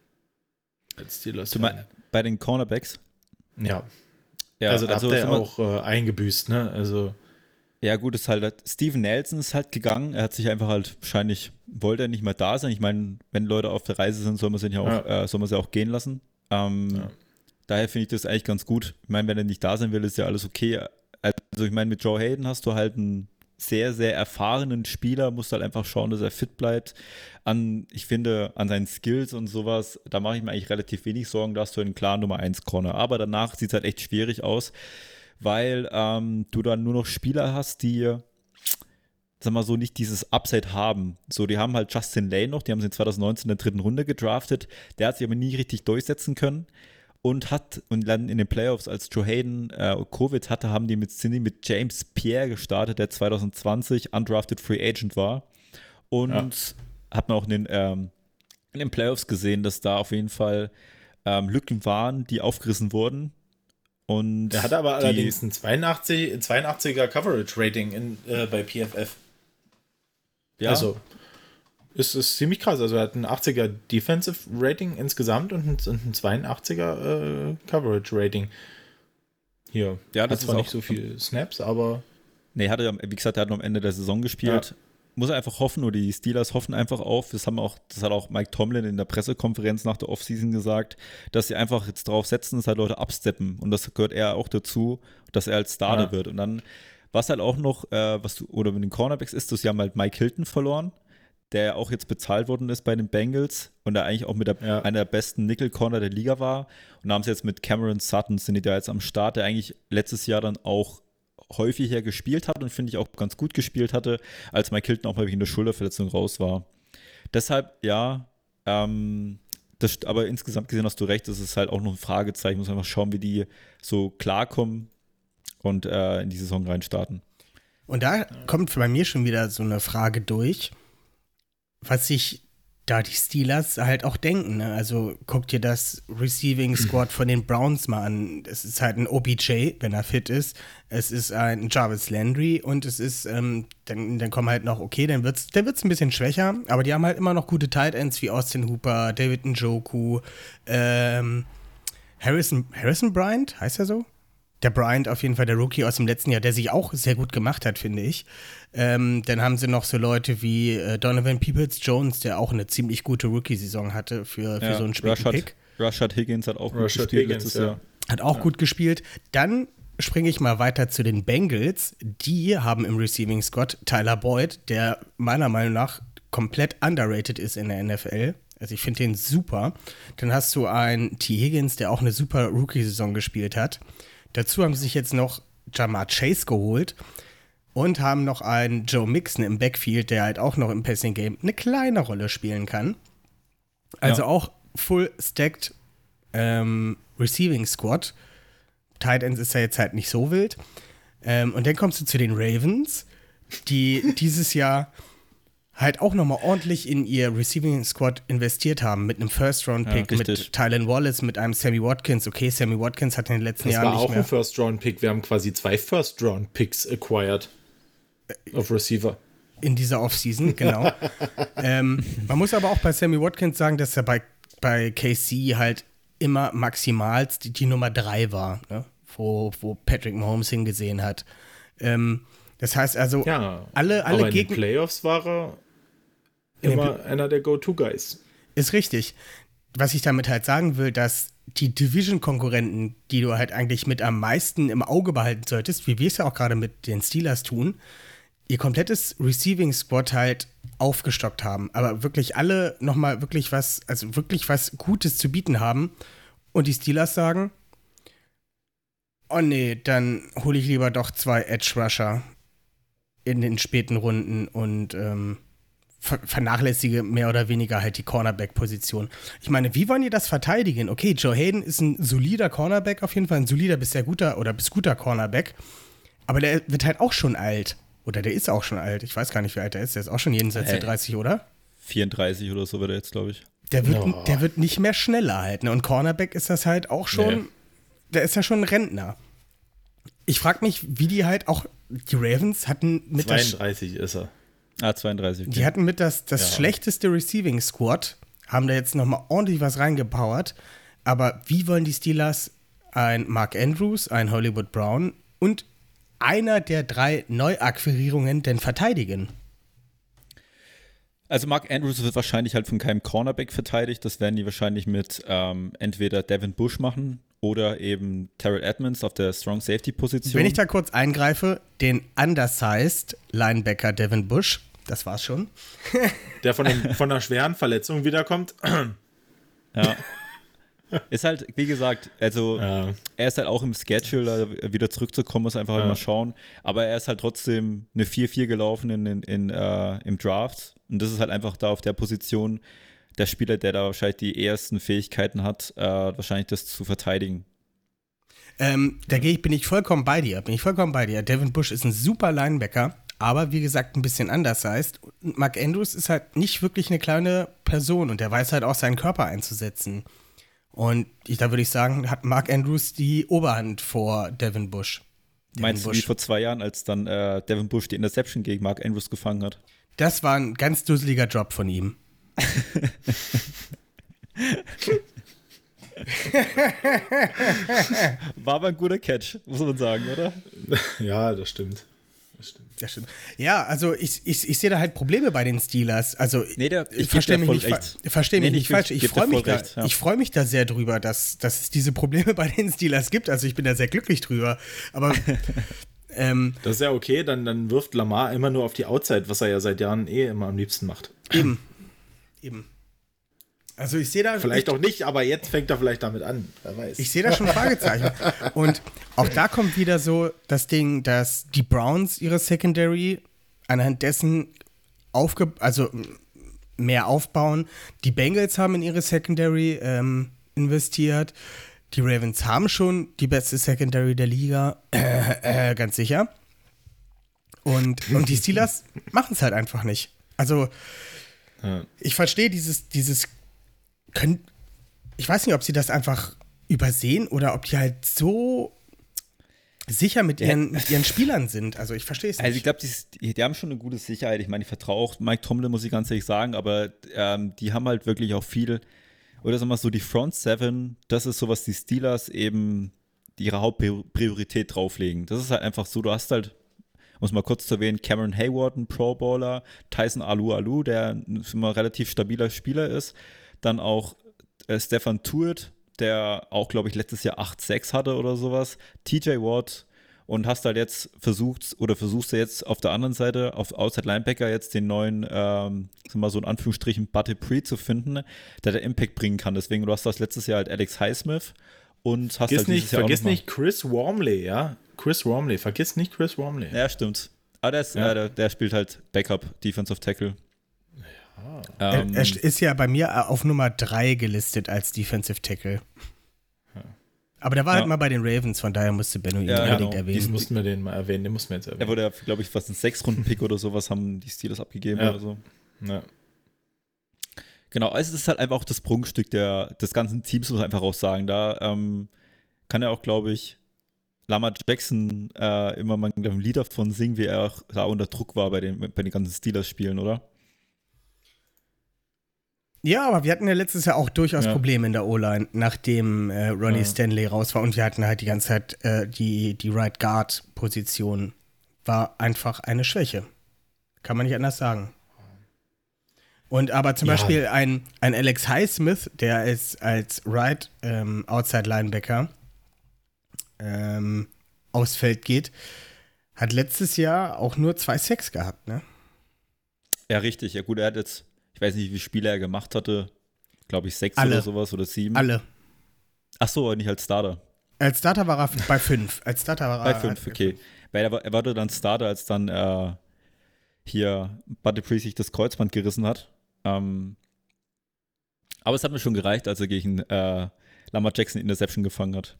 Als Steelers. Du mein, bei den Cornerbacks? Ja. Ja, also da habt ihr sag mal- auch äh, eingebüßt, ne? Also Ja, gut, ist halt, Steven Nelson ist halt gegangen. Er hat sich einfach halt, wahrscheinlich wollte er nicht mehr da sein. Ich meine, wenn Leute auf der Reise sind, soll man sie ja auch, Ja. äh, soll man sie auch gehen lassen. Ähm, Ja. Daher finde ich das eigentlich ganz gut. Ich meine, wenn er nicht da sein will, ist ja alles okay. Also ich meine, mit Joe Hayden hast du halt einen sehr, sehr erfahrenen Spieler, musst halt einfach schauen, dass er fit bleibt. An, ich finde, an seinen Skills und sowas, da mache ich mir eigentlich relativ wenig Sorgen, da hast du einen klaren Nummer eins Corner. Aber danach sieht es halt echt schwierig aus, weil ähm, du dann nur noch Spieler hast, die, sag mal so, nicht dieses Upside haben. So, die haben halt Justin Lane noch, die haben sie in zwanzig neunzehn in der dritten Runde gedraftet, der hat sich aber nie richtig durchsetzen können und hat, und dann in den Playoffs, als Joe Hayden äh, Covid hatte, haben die mit, sind die mit James Pierre gestartet, der zwanzig zwanzig undrafted Free Agent war und Ja. hat man auch in den, ähm, in den Playoffs gesehen, dass da auf jeden Fall ähm, Lücken waren, die aufgerissen wurden. Und der hatte aber die, allerdings ein zweiundachtzig, zweiundachtziger Coverage-Rating in, äh, bei P F F. ja, Also, ist, ist ziemlich krass. Also, er hat ein achtziger Defensive Rating insgesamt und ein, und ein zweiundachtziger äh, Coverage Rating. Hier. Ja, hat das zwar ist nicht auch- so viele Snaps, aber nee, hatte, ja, wie gesagt, er hat noch am Ende der Saison gespielt. Muss er einfach hoffen, oder die Steelers hoffen einfach auf, das haben auch, das hat auch Mike Tomlin in der Pressekonferenz nach der Offseason gesagt, dass sie einfach jetzt drauf setzen, dass halt Leute absteppen. Und das gehört eher auch dazu, dass er als Starter Ja. wird. Und dann, was halt auch noch, äh, was du, oder mit den Cornerbacks ist, dass sie haben halt Mike Hilton verloren, der auch jetzt bezahlt worden ist bei den Bengals und der eigentlich auch mit der, Ja. einer der besten Nickel-Corner der Liga war. Und da haben sie jetzt mit Cameron Sutton, sind die da jetzt am Start, der eigentlich letztes Jahr dann auch häufiger gespielt hat und finde ich auch ganz gut gespielt hatte, als Mike Hilton auch mal wegen der Schulterverletzung raus war. Deshalb, ja, ähm, das, aber insgesamt gesehen hast du recht, das ist halt auch noch ein Fragezeichen. Muss einfach schauen, wie die so klarkommen und äh, in die Saison reinstarten. Und da kommt bei mir schon wieder so eine Frage durch, was sich da die Steelers halt auch denken. Ne? Also guck dir das Receiving Squad von den Browns mal an. Es ist halt ein O B J, wenn er fit ist. Es ist ein Jarvis Landry und es ist, ähm, dann, dann kommen halt noch, okay, dann wird's, dann wird's ein bisschen schwächer, aber die haben halt immer noch gute Tight Ends wie Austin Hooper, David Njoku, ähm, Harrison, Harrison Bryant, heißt er so? Der Bryant auf jeden Fall, der Rookie aus dem letzten Jahr, der sich auch sehr gut gemacht hat, finde ich. Ähm, dann haben sie noch so Leute wie äh, Donovan Peoples-Jones, der auch eine ziemlich gute Rookie-Saison hatte für, für so einen späten Rashad, Pick. Rashad Higgins hat auch gut Rashad gespielt Higgins, letztes ja. Jahr. Hat auch gut gespielt. Dann springe ich mal weiter zu den Bengals. Die haben im Receiving Squad Tyler Boyd, der meiner Meinung nach komplett underrated ist in der N F L. Also ich finde den super. Dann hast du einen T. Higgins, der auch eine super Rookie-Saison gespielt hat. Dazu haben sie sich jetzt noch Jamar Chase geholt und haben noch einen Joe Mixon im Backfield, der halt auch noch im Passing-Game eine kleine Rolle spielen kann. Also Ja. auch full-stacked ähm, Receiving Squad. Tight Ends ist ja jetzt halt nicht so wild. Ähm, und dann kommst du zu den Ravens, die dieses Jahr halt auch nochmal ordentlich in ihr Receiving Squad investiert haben mit einem First-Round-Pick, Ja, mit richtig. Tylen Wallace, mit einem Sammy Watkins. Okay, Sammy Watkins hat in den letzten das Jahren war nicht auch mehr. ein First-Round-Pick. Wir haben quasi zwei First-Round-Picks acquired auf Receiver. In dieser Offseason, genau. ähm, man muss aber auch bei Sammy Watkins sagen, dass er bei, bei K C halt immer maximal die, die Nummer drei war, ne? wo, wo Patrick Mahomes hingesehen hat. Ähm, das heißt also, Ja, alle, alle aber in den Gegner. Playoffs war er In den immer einer der Go-To-Guys. Ist richtig. Was ich damit halt sagen will, dass die Division-Konkurrenten, die du halt eigentlich mit am meisten im Auge behalten solltest, wie wir es ja auch gerade mit den Steelers tun, ihr komplettes Receiving-Squad halt aufgestockt haben. Aber wirklich alle nochmal wirklich was, also wirklich was Gutes zu bieten haben. Und die Steelers sagen, oh nee, dann hole ich lieber doch zwei Edge-Rusher in den späten Runden und ähm, ver- vernachlässige mehr oder weniger halt die Cornerback-Position. Ich meine, wie wollen die das verteidigen? Okay, Joe Hayden ist ein solider Cornerback, auf jeden Fall ein solider bis sehr guter oder bis guter Cornerback, aber der wird halt auch schon alt. Oder der ist auch schon alt. Ich weiß gar nicht, wie alt er ist. Der ist auch schon jenseits der dreißig, oder? vierunddreißig oder so wird er jetzt, glaube ich. Der wird, Ja. der wird nicht mehr schneller halt. Ne? Und Cornerback ist das halt auch schon, Nee. der ist ja schon ein Rentner. Ich frage mich, wie die halt auch, die Ravens hatten mit das, zweiunddreißig ist er. Ah, zweiunddreißig. Okay. die hatten mit das, das Ja. schlechteste Receiving Squad, haben da jetzt nochmal ordentlich was reingepowert. Aber wie wollen die Steelers ein Mark Andrews, ein Hollywood Brown und einer der drei Neuakquirierungen denn verteidigen? Also Mark Andrews wird wahrscheinlich halt von keinem Cornerback verteidigt. Das werden die wahrscheinlich mit ähm, entweder Devin Bush machen oder eben Terrell Edmonds auf der Strong Safety Position. Wenn ich da kurz eingreife, den undersized Linebacker Devin Bush, das war's schon. Der von, dem, von einer schweren Verletzung wiederkommt. Ja. Ist halt, wie gesagt, also Ja. er ist halt auch im Schedule, da wieder zurückzukommen, muss einfach Ja. mal schauen. Aber er ist halt trotzdem eine vier vier gelaufen in, in, in, äh, im Draft. Und das ist halt einfach da auf der Position der Spieler, der da wahrscheinlich die ersten Fähigkeiten hat, äh, wahrscheinlich das zu verteidigen. Ähm, da gehe ich, bin ich vollkommen bei dir, bin ich vollkommen bei dir. Devin Bush ist ein super Linebacker, aber wie gesagt ein bisschen undersized. Und Mark Andrews ist halt nicht wirklich eine kleine Person und der weiß halt auch seinen Körper einzusetzen. Und ich, da würde ich sagen, hat Mark Andrews die Oberhand vor Devin Bush. Devin Meinst du, wie Bush. vor zwei Jahren, als dann äh, Devin Bush die Interception gegen Mark Andrews gefangen hat? Das war ein ganz dusseliger Job von ihm. War aber ein guter Catch, muss man sagen, oder? Ja, das stimmt. Das stimmt. Das stimmt. Ja, also ich, ich, ich sehe da halt Probleme bei den Steelers. Also Nee, der- ich ich verstehe geb mich dir nicht, voll fa- recht. versteh mich Nee, nicht ich falsch. Ich geb dir freue mich, voll da, recht, ja. ich freu mich da sehr drüber, dass, dass es diese Probleme bei den Steelers gibt. Also ich bin da sehr glücklich drüber. Aber ähm, Das ist ja okay, dann, dann wirft Lamar immer nur auf die Outside, was er ja seit Jahren eh immer am liebsten macht. eben. Eben. Also ich sehe da Vielleicht auch nicht, aber jetzt fängt er vielleicht damit an. Wer weiß. Ich sehe da schon Fragezeichen. Und auch da kommt wieder so das Ding, dass die Browns ihre Secondary anhand dessen aufge also mehr aufbauen. Die Bengals haben in ihre Secondary ähm, investiert. Die Ravens haben schon die beste Secondary der Liga, äh, äh, ganz sicher. Und, und die Steelers machen es halt einfach nicht. Also Ja. ich verstehe dieses, dieses können, ich weiß nicht, ob sie das einfach übersehen oder ob die halt so sicher mit ihren, mit ihren Spielern sind. Also ich verstehe es nicht. Also ich glaube, die, die haben schon eine gute Sicherheit. Ich meine, ich vertraue auch Mike Tomlin, muss ich ganz ehrlich sagen, aber ähm, die haben halt wirklich auch viel, oder sagen wir so, die Front Seven, das ist so, was die Steelers eben ihre Hauptpriorität drauflegen. Das ist halt einfach so, du hast halt, um es mal kurz zu erwähnen, Cameron Hayward, ein Pro Bowler, Tyson Alu-Alu, der ein immer relativ stabiler Spieler ist, dann auch äh, Stefan Tuitt, der auch, glaube ich, letztes Jahr acht sechs hatte oder sowas, T J Watt, und hast halt jetzt versucht, oder versuchst du jetzt auf der anderen Seite, auf Outside Linebacker jetzt den neuen, ähm, sagen wir mal so in Anführungsstrichen, Bud Dupree zu finden, der der Impact bringen kann. Deswegen, du hast das letztes Jahr halt Alex Highsmith und hast Vergiss halt nicht, dieses Jahr vergiss auch noch mal- nicht Chris Wormley, ja? Chris Wormley, vergiss nicht Chris Wormley. Ja, stimmt. Aber der, ist, Ja. äh, der, der spielt halt Backup, Defensive Tackle. Er, Ähm, er ist ja bei mir auf Nummer drei gelistet als Defensive Tackle. Aber der war Ja. halt mal bei den Ravens, von daher musste Benno ihn Ja, unbedingt genau. erwähnen. Diesen mussten wir den mal erwähnen, den mussten wir jetzt er erwähnen. wurde ja, glaube ich, fast ein Sechs-Runden-Pick oder sowas haben die Steelers abgegeben Ja. oder so. Ja. Genau, also es ist halt einfach auch das Prunkstück der, des ganzen Teams, muss man einfach auch sagen. Da ähm, kann er auch, glaube ich, Lamar Jackson äh, immer mal ein Lied davon singen, wie er auch da unter Druck war bei den, bei den ganzen Steelers-Spielen, oder? Ja, aber wir hatten ja letztes Jahr auch durchaus Ja. Probleme in der O-Line, nachdem äh, Ronnie Ja. Stanley raus war. Und wir hatten halt die ganze Zeit äh, die, die Right Guard-Position war einfach eine Schwäche. Kann man nicht anders sagen. Und aber zum Ja. Beispiel ein, ein Alex Highsmith, der ist als Right ähm, Outside Linebacker ähm, aufs Feld geht, hat letztes Jahr auch nur zwei Sacks gehabt, ne? Ja, richtig. Ja, gut, er hat jetzt, ich weiß nicht, wie viele Spiele er gemacht hatte. Glaube ich, sechs Alle. oder sowas oder sieben. Alle. Ach so, nicht als Starter. Als Starter war er bei fünf. Als Starter war Bei er fünf, okay. Weil er, war- er war dann Starter, als dann äh, hier Bud Dupree sich das Kreuzband gerissen hat. Ähm, aber es hat mir schon gereicht, als er gegen äh, Lamar Jackson Interception gefangen hat.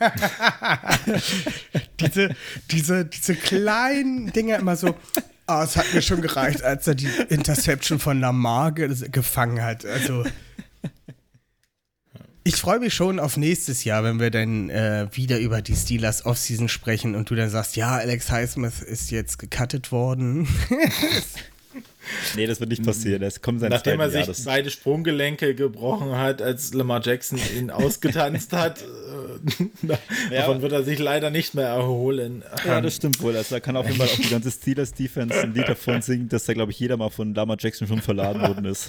diese, diese, diese kleinen Dinger immer so, ah, es hat mir schon gereicht, als er die Interception von Lamar ge gefangen hat. Also ich freue mich schon auf nächstes Jahr, wenn wir dann äh, wieder über die Steelers Offseason sprechen und du dann sagst, ja, Alex Highsmith ist jetzt gecuttet worden. Nee, das wird nicht passieren. Es kommt sein Nachdem er zweites sich Jahr. Das- beide Sprunggelenke gebrochen hat, als Lamar Jackson ihn ausgetanzt hat, äh, Ja, davon aber- wird er sich leider nicht mehr erholen. Ja, das stimmt wohl. Also da kann auf jeden Fall auch die ganze Steelers-Defense ein Lied davon singen, dass da, glaube ich, jeder mal von Lamar Jackson schon verladen worden ist.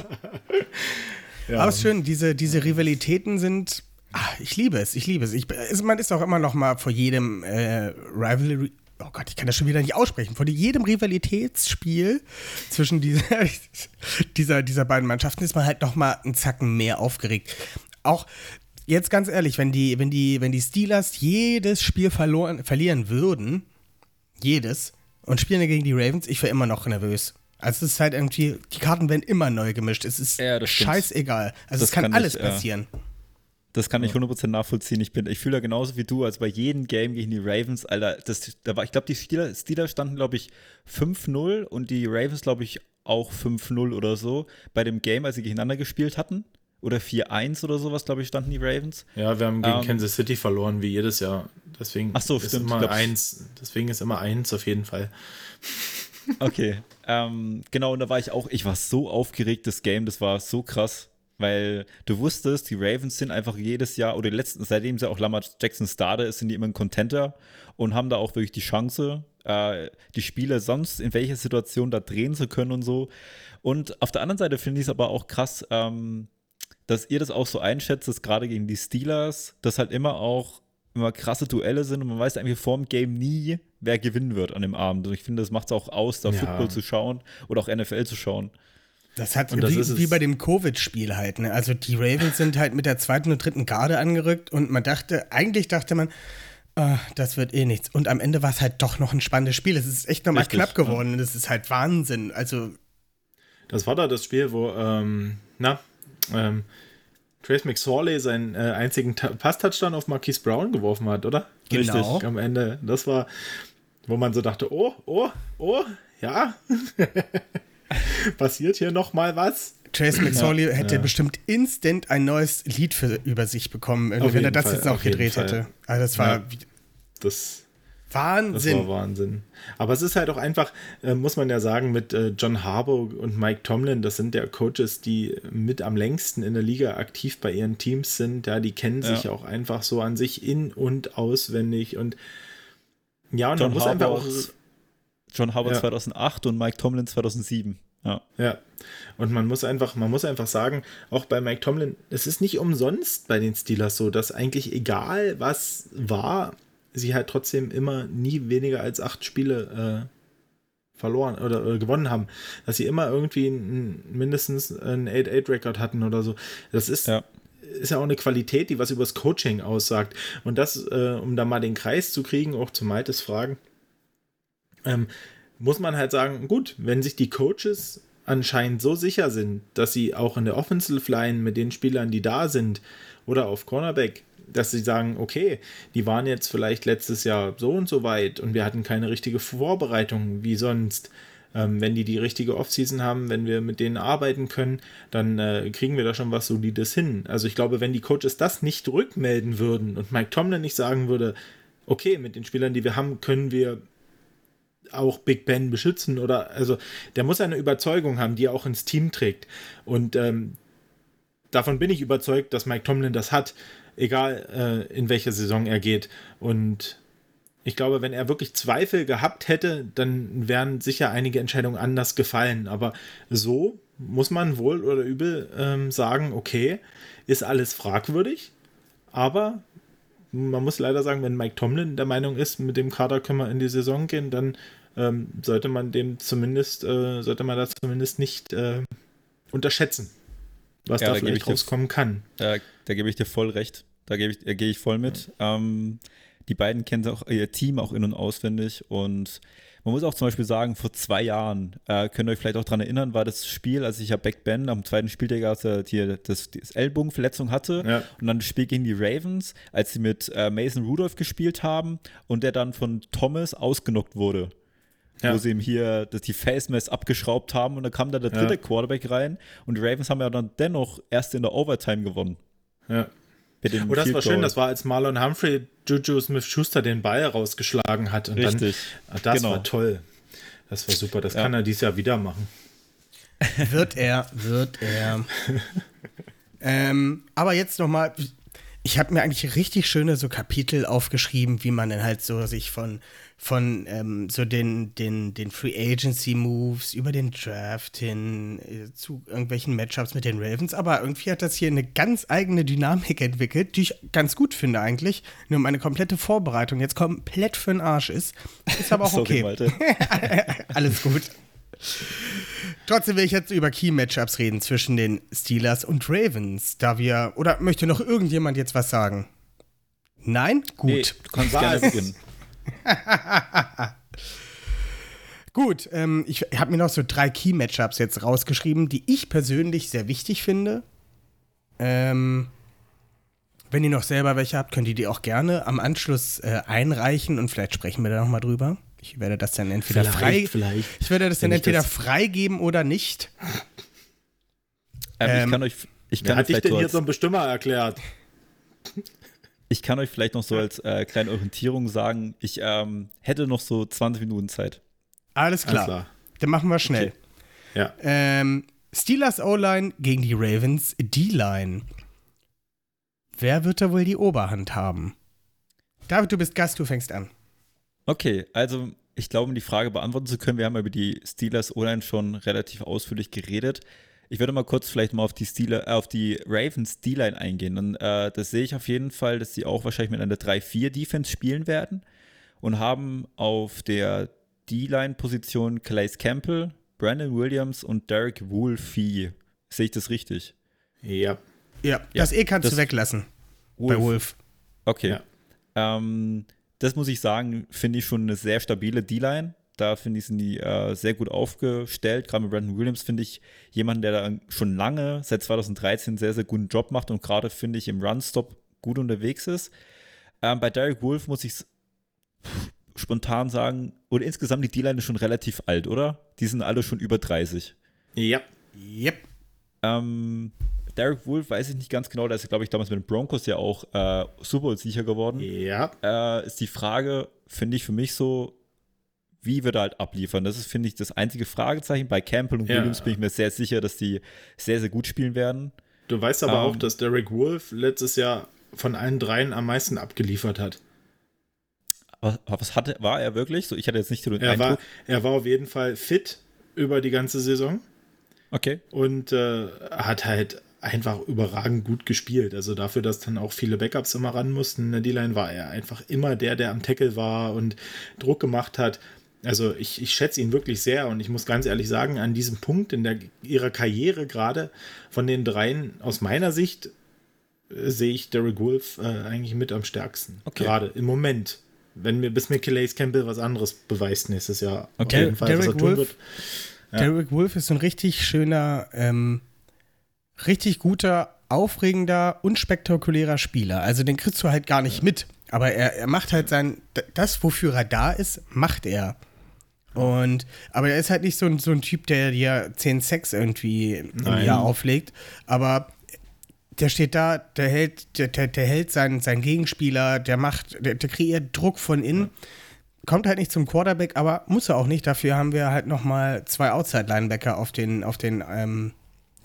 Ja. Aber es ist schön, diese, diese Rivalitäten sind, ah, ich liebe es, ich liebe es. Ich, es man ist auch immer noch mal vor jedem äh, Rivalry, oh Gott, ich kann das schon wieder nicht aussprechen, vor jedem Rivalitätsspiel zwischen dieser, dieser, dieser beiden Mannschaften ist man halt noch mal einen Zacken mehr aufgeregt. Auch jetzt ganz ehrlich, wenn die, wenn die, wenn die Steelers jedes Spiel verloren, verlieren würden, jedes, und spielen dann gegen die Ravens, ich wäre immer noch nervös. Also es ist halt irgendwie, die Karten werden immer neu gemischt. Es ist Ja, das stimmt. scheißegal. Also Das es kann, kann alles ich, äh, passieren. Das kann ich hundert Prozent nachvollziehen. Ich, bin, ich fühle da genauso wie du, als bei jedem Game gegen die Ravens, Alter, das, da war, ich glaube, die Steelers, Steelers standen, glaube ich, fünf null und die Ravens, glaube ich, auch fünf null oder so bei dem Game, als sie gegeneinander gespielt hatten. Oder vier eins oder sowas, glaube ich, standen die Ravens. Ja, wir haben gegen Ähm, Kansas City verloren, wie jedes Jahr. Deswegen Ach so, ist stimmt. Ich immer glaub- eins. Deswegen ist immer eins auf jeden Fall. Okay, ähm, genau, und da war ich auch, ich war so aufgeregt, das Game, das war so krass, weil du wusstest, die Ravens sind einfach jedes Jahr, oder die letzten, seitdem sie auch Lamar Jackson Starter ist, sind die immer ein Contender und haben da auch wirklich die Chance, äh, die Spiele sonst in welcher Situation da drehen zu können und so. Und auf der anderen Seite finde ich es aber auch krass, ähm, dass ihr das auch so einschätzt, dass gerade gegen die Steelers, dass halt immer auch immer krasse Duelle sind und man weiß eigentlich vor dem Game nie, wer gewinnen wird an dem Abend. Und ich finde, das macht es auch aus, da Ja. Football zu schauen oder auch N F L zu schauen. Das hat Und das wie, ist es. wie bei dem Covid-Spiel halt. Ne? Also die Ravens sind halt mit der zweiten und dritten Garde angerückt und man dachte, eigentlich dachte man, ah, das wird eh nichts. Und am Ende war es halt doch noch ein spannendes Spiel. Es ist echt nochmal Richtig, knapp geworden und es ist halt Wahnsinn. Also Das war da das Spiel, wo, ähm, na, ähm, Trace McSorley seinen äh, einzigen Ta- Pass-Touchdown auf Marquise Brown geworfen hat, oder? Genau. Richtig, am Ende. Das war, wo man so dachte, oh, oh, oh, ja. Passiert hier noch mal was? Trace McSorley hätte ja. bestimmt instant ein neues Lied für, über sich bekommen, Auf wenn er jeden das Fall, jetzt noch auf jeden gedreht Fall. hätte. Also das war Ja. Das, das Wahnsinn. war Wahnsinn. Aber es ist halt auch einfach, äh, muss man ja sagen, mit äh, John Harbaugh und Mike Tomlin, das sind ja Coaches, die mit am längsten in der Liga aktiv bei ihren Teams sind. Ja, die kennen sich Ja. auch einfach so an sich in- und auswendig. Und ja, und John man muss einfach auch. Harbaugh, John Harbaugh Ja. zweitausendacht und Mike Tomlin zweitausendsieben. Ja. Ja, und man muss einfach, man muss einfach sagen, auch bei Mike Tomlin, es ist nicht umsonst bei den Steelers so, dass eigentlich egal was war, sie halt trotzdem immer nie weniger als acht Spiele äh, verloren oder, oder gewonnen haben. Dass sie immer irgendwie ein, mindestens einen acht acht Rekord hatten oder so. Das ist Ja. ist ja auch eine Qualität, die was übers Coaching aussagt. Und das, äh, um da mal den Kreis zu kriegen, auch zu Maites Fragen, ähm, muss man halt sagen, gut, wenn sich die Coaches anscheinend so sicher sind, dass sie auch in der Offensive Line mit den Spielern, die da sind, oder auf Cornerback, dass sie sagen, okay, die waren jetzt vielleicht letztes Jahr so und so weit und wir hatten keine richtige Vorbereitung wie sonst. Ähm, wenn die die richtige Offseason haben, wenn wir mit denen arbeiten können, dann äh, kriegen wir da schon was Solides hin. Also ich glaube, wenn die Coaches das nicht rückmelden würden und Mike Tomlin nicht sagen würde, okay, mit den Spielern, die wir haben, können wir auch Big Ben beschützen oder, also der muss eine Überzeugung haben, die er auch ins Team trägt. Und ähm, davon bin ich überzeugt, dass Mike Tomlin das hat, egal äh, in welche Saison er geht. Und ich glaube, wenn er wirklich Zweifel gehabt hätte, dann wären sicher einige Entscheidungen anders gefallen. Aber so muss man wohl oder übel ähm, sagen, okay, ist alles fragwürdig, aber man muss leider sagen, wenn Mike Tomlin der Meinung ist, mit dem Kader können wir in die Saison gehen, dann ähm, sollte man dem zumindest, äh, sollte man da zumindest nicht äh, unterschätzen, was Ja, da da gebe ich vielleicht dir- rauskommen kann. Da, da gebe ich dir voll recht. Da gebe ich, da gehe ich voll mit. Ähm, die beiden kennen auch ihr Team auch in- und auswendig. Und man muss auch zum Beispiel sagen, vor zwei Jahren, äh, könnt ihr euch vielleicht auch daran erinnern, war das Spiel, als ich ja Back Ben am zweiten Spieltag, als er hier das, das Ellbogenverletzung hatte. Ja. Und dann das Spiel gegen die Ravens, als sie mit äh, Mason Rudolph gespielt haben und der dann von Thomas ausgenockt wurde. Ja. Wo sie ihm hier das, die Face Mask abgeschraubt haben und dann kam da der dritte Ja. Quarterback rein und die Ravens haben ja dann dennoch erst in der Overtime gewonnen. Ja. Mit dem Oh, das Field war schön, Goal. das war, als Marlon Humphrey Juju Smith-Schuster den Ball rausgeschlagen hat. Und Richtig. Dann, das Genau. war toll. Das war super. Das Ja. kann er dieses Jahr wieder machen. Wird er, wird er. ähm, aber jetzt nochmal, ich habe mir eigentlich richtig schöne so Kapitel aufgeschrieben, wie man dann halt so sich von, von ähm, so den, den, den Free Agency Moves über den Draft hin äh, zu irgendwelchen Matchups mit den Ravens, aber irgendwie hat das hier eine ganz eigene Dynamik entwickelt, die ich ganz gut finde eigentlich, nur meine komplette Vorbereitung jetzt komplett für den Arsch ist. Ist aber auch Sorry, okay. Malte. Alles gut. Trotzdem will ich jetzt über Key-Matchups reden zwischen den Steelers und Ravens, da wir, oder möchte noch irgendjemand jetzt was sagen? Nein? Gut. Nee, du kannst Was? gerne beginnen. Gut, ähm, ich habe mir noch so drei Key-Matchups jetzt rausgeschrieben, die ich persönlich sehr wichtig finde. Ähm, wenn ihr noch selber welche habt, könnt ihr die auch gerne am Anschluss äh, einreichen und vielleicht sprechen wir da nochmal drüber. Ich werde das dann entweder frei, vielleicht. ich werde das dann Wenn ich entweder das- freigeben oder nicht. Ähm, Ähm, ich kann euch, ich Wer kann euch hat dich vielleicht denn so hier als, zum Bestimmer erklärt? ich kann euch vielleicht noch so als äh, kleine Orientierung sagen, ich ähm, hätte noch so zwanzig Minuten Zeit. Alles klar. Alles klar. Dann machen wir schnell. Ja. Ähm, Steelers O-Line gegen die Ravens D-Line. Wer wird da wohl die Oberhand haben? David, du bist Gast, du fängst an. Okay, also ich glaube, um die Frage beantworten zu können, wir haben über die Steelers O-Line schon relativ ausführlich geredet. Ich würde mal kurz vielleicht mal auf die Steeler, äh, auf die Ravens D-Line eingehen. Und äh, das sehe ich auf jeden Fall, dass sie auch wahrscheinlich mit einer drei vier Defense spielen werden und haben auf der D-Line-Position Calais Campbell, Brandon Williams und Derek Wolfe. Sehe ich das richtig? Ja. Ja, das E kannst das- du weglassen. Bei Wolf. Okay. Ja. Ähm, das muss ich sagen, finde ich schon eine sehr stabile D-Line. Da finde ich, sind die äh, sehr gut aufgestellt. Gerade mit Brandon Williams finde ich jemanden, der da schon lange, seit zwanzig dreizehn, einen sehr, sehr guten Job macht und gerade, finde ich, im Run-Stop gut unterwegs ist. Ähm, bei Derek Wolfe muss ich spontan sagen, und insgesamt die D-Line ist schon relativ alt, oder? Die sind alle schon über dreißig. Ja. Yep. Ähm, Derek Wolfe weiß ich nicht ganz genau, da ist, glaube ich, damals mit den Broncos ja auch äh, Super Bowl sicher geworden. Ja. Äh, ist die Frage, finde ich für mich so, wie wir da halt abliefern. Das ist, finde ich, das einzige Fragezeichen. Bei Campbell und Ja. Williams bin ich mir sehr sicher, dass die sehr, sehr gut spielen werden. Du weißt aber Ähm. auch, dass Derek Wolfe letztes Jahr von allen dreien am meisten abgeliefert hat. Aber was hatte, war er wirklich? So, ich hatte jetzt nicht so den Er war, Eindruck. er war auf jeden Fall fit über die ganze Saison Okay. und äh, hat halt einfach überragend gut gespielt. Also dafür, dass dann auch viele Backups immer ran mussten in der D-Line, war er einfach immer der, der am Tackle war und Druck gemacht hat. Also ich, ich schätze ihn wirklich sehr und ich muss ganz ehrlich sagen, an diesem Punkt in der, ihrer Karriere gerade von den dreien aus meiner Sicht äh, sehe ich Derek Wolfe äh, eigentlich mit am stärksten. Okay. Gerade im Moment. Wenn mir bis mir Calais Campbell was anderes beweist nächstes Jahr. Okay. Auf jeden Fall, was Derek er tun Wolfe- wird. Ja. Derek Wolfe ist so ein richtig schöner, ähm, richtig guter, aufregender, unspektakulärer Spieler. Also den kriegst du halt gar nicht mit. Aber er, er macht halt sein, das, wofür er da ist, macht er. Und, aber er ist halt nicht so ein, so ein Typ, der dir zehn Sacks irgendwie im Nein. Jahr auflegt. Aber der steht da, der hält, der, der, der hält seinen, seinen Gegenspieler, der macht, der, der kreiert Druck von innen. Kommt halt nicht zum Quarterback, aber muss er auch nicht. Dafür haben wir halt nochmal zwei Outside-Linebacker auf den, auf den, ähm,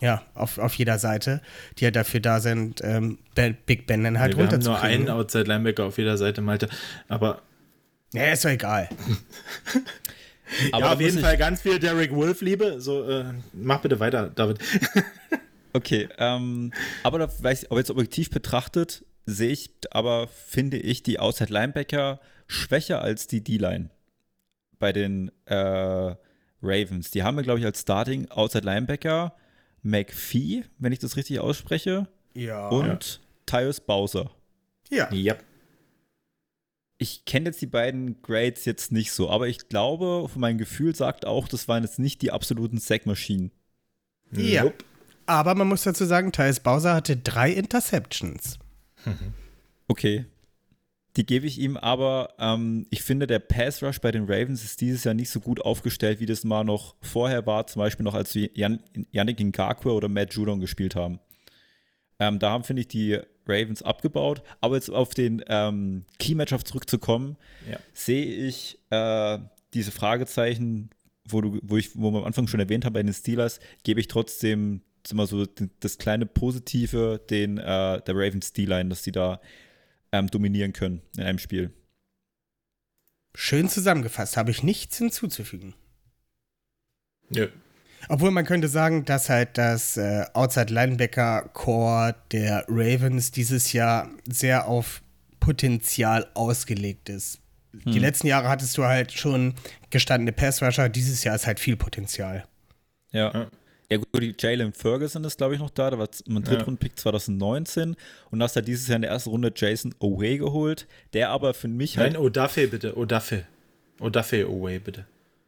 Ja, auf, auf jeder Seite, die ja dafür da sind, ähm, Big Ben dann halt Nee, wir haben runterzukriegen. nur einen Outside Linebacker auf jeder Seite, Malte. Aber Ja, ist doch egal. Aber ja, da auf jeden muss Fall ich- ganz viel Derek Wolf-Liebe. So, äh, mach bitte weiter, David. Okay, ähm, aber da weiß ich, ob jetzt objektiv betrachtet, sehe ich, aber finde ich die Outside Linebacker schwächer als die D-Line bei den äh, Ravens. Die haben wir, glaube ich, als Starting Outside Linebacker McPhee, wenn ich das richtig ausspreche, Ja. und Tyus Bowser. ja. Ja. Ich kenne jetzt die beiden Grades jetzt nicht so, aber ich glaube, mein Gefühl sagt auch, das waren jetzt nicht die absoluten Sackmaschinen. Ja. Nope. Aber man muss dazu sagen, Tyus Bowser hatte drei Interceptions. Okay. Die gebe ich ihm, aber ähm, ich finde, der Pass Rush bei den Ravens ist dieses Jahr nicht so gut aufgestellt, wie das mal noch vorher war, zum Beispiel noch als wir Yan- Yannick Ngakoue oder Matt Judon gespielt haben. Ähm, da haben, finde ich, die Ravens abgebaut. Aber jetzt auf den ähm, Key-Matchup zurückzukommen, Ja. sehe ich äh, diese Fragezeichen, wo, du, wo, ich, wo wir am Anfang schon erwähnt haben bei den Steelers, gebe ich trotzdem immer so das kleine Positive den, äh, der Ravens D-Line, dass die da ähm, dominieren können in einem Spiel. Schön zusammengefasst, habe ich nichts hinzuzufügen. Ja. Obwohl man könnte sagen, dass halt das äh, Outside-Linebacker-Core der Ravens dieses Jahr sehr auf Potenzial ausgelegt ist. Die Hm. letzten Jahre hattest du halt schon gestandene Pass-Rusher, dieses Jahr ist halt viel Potenzial. Ja. Ja. Ja, gut, die Jalen Ferguson ist, glaube ich, noch da. Da war mein Drittrunden-Pick zwanzig neunzehn. Und du hast da dieses Jahr in der ersten Runde Jason Oweh geholt, der aber für mich halt. Nein, Odafe bitte, Odafe. Odafe away bitte.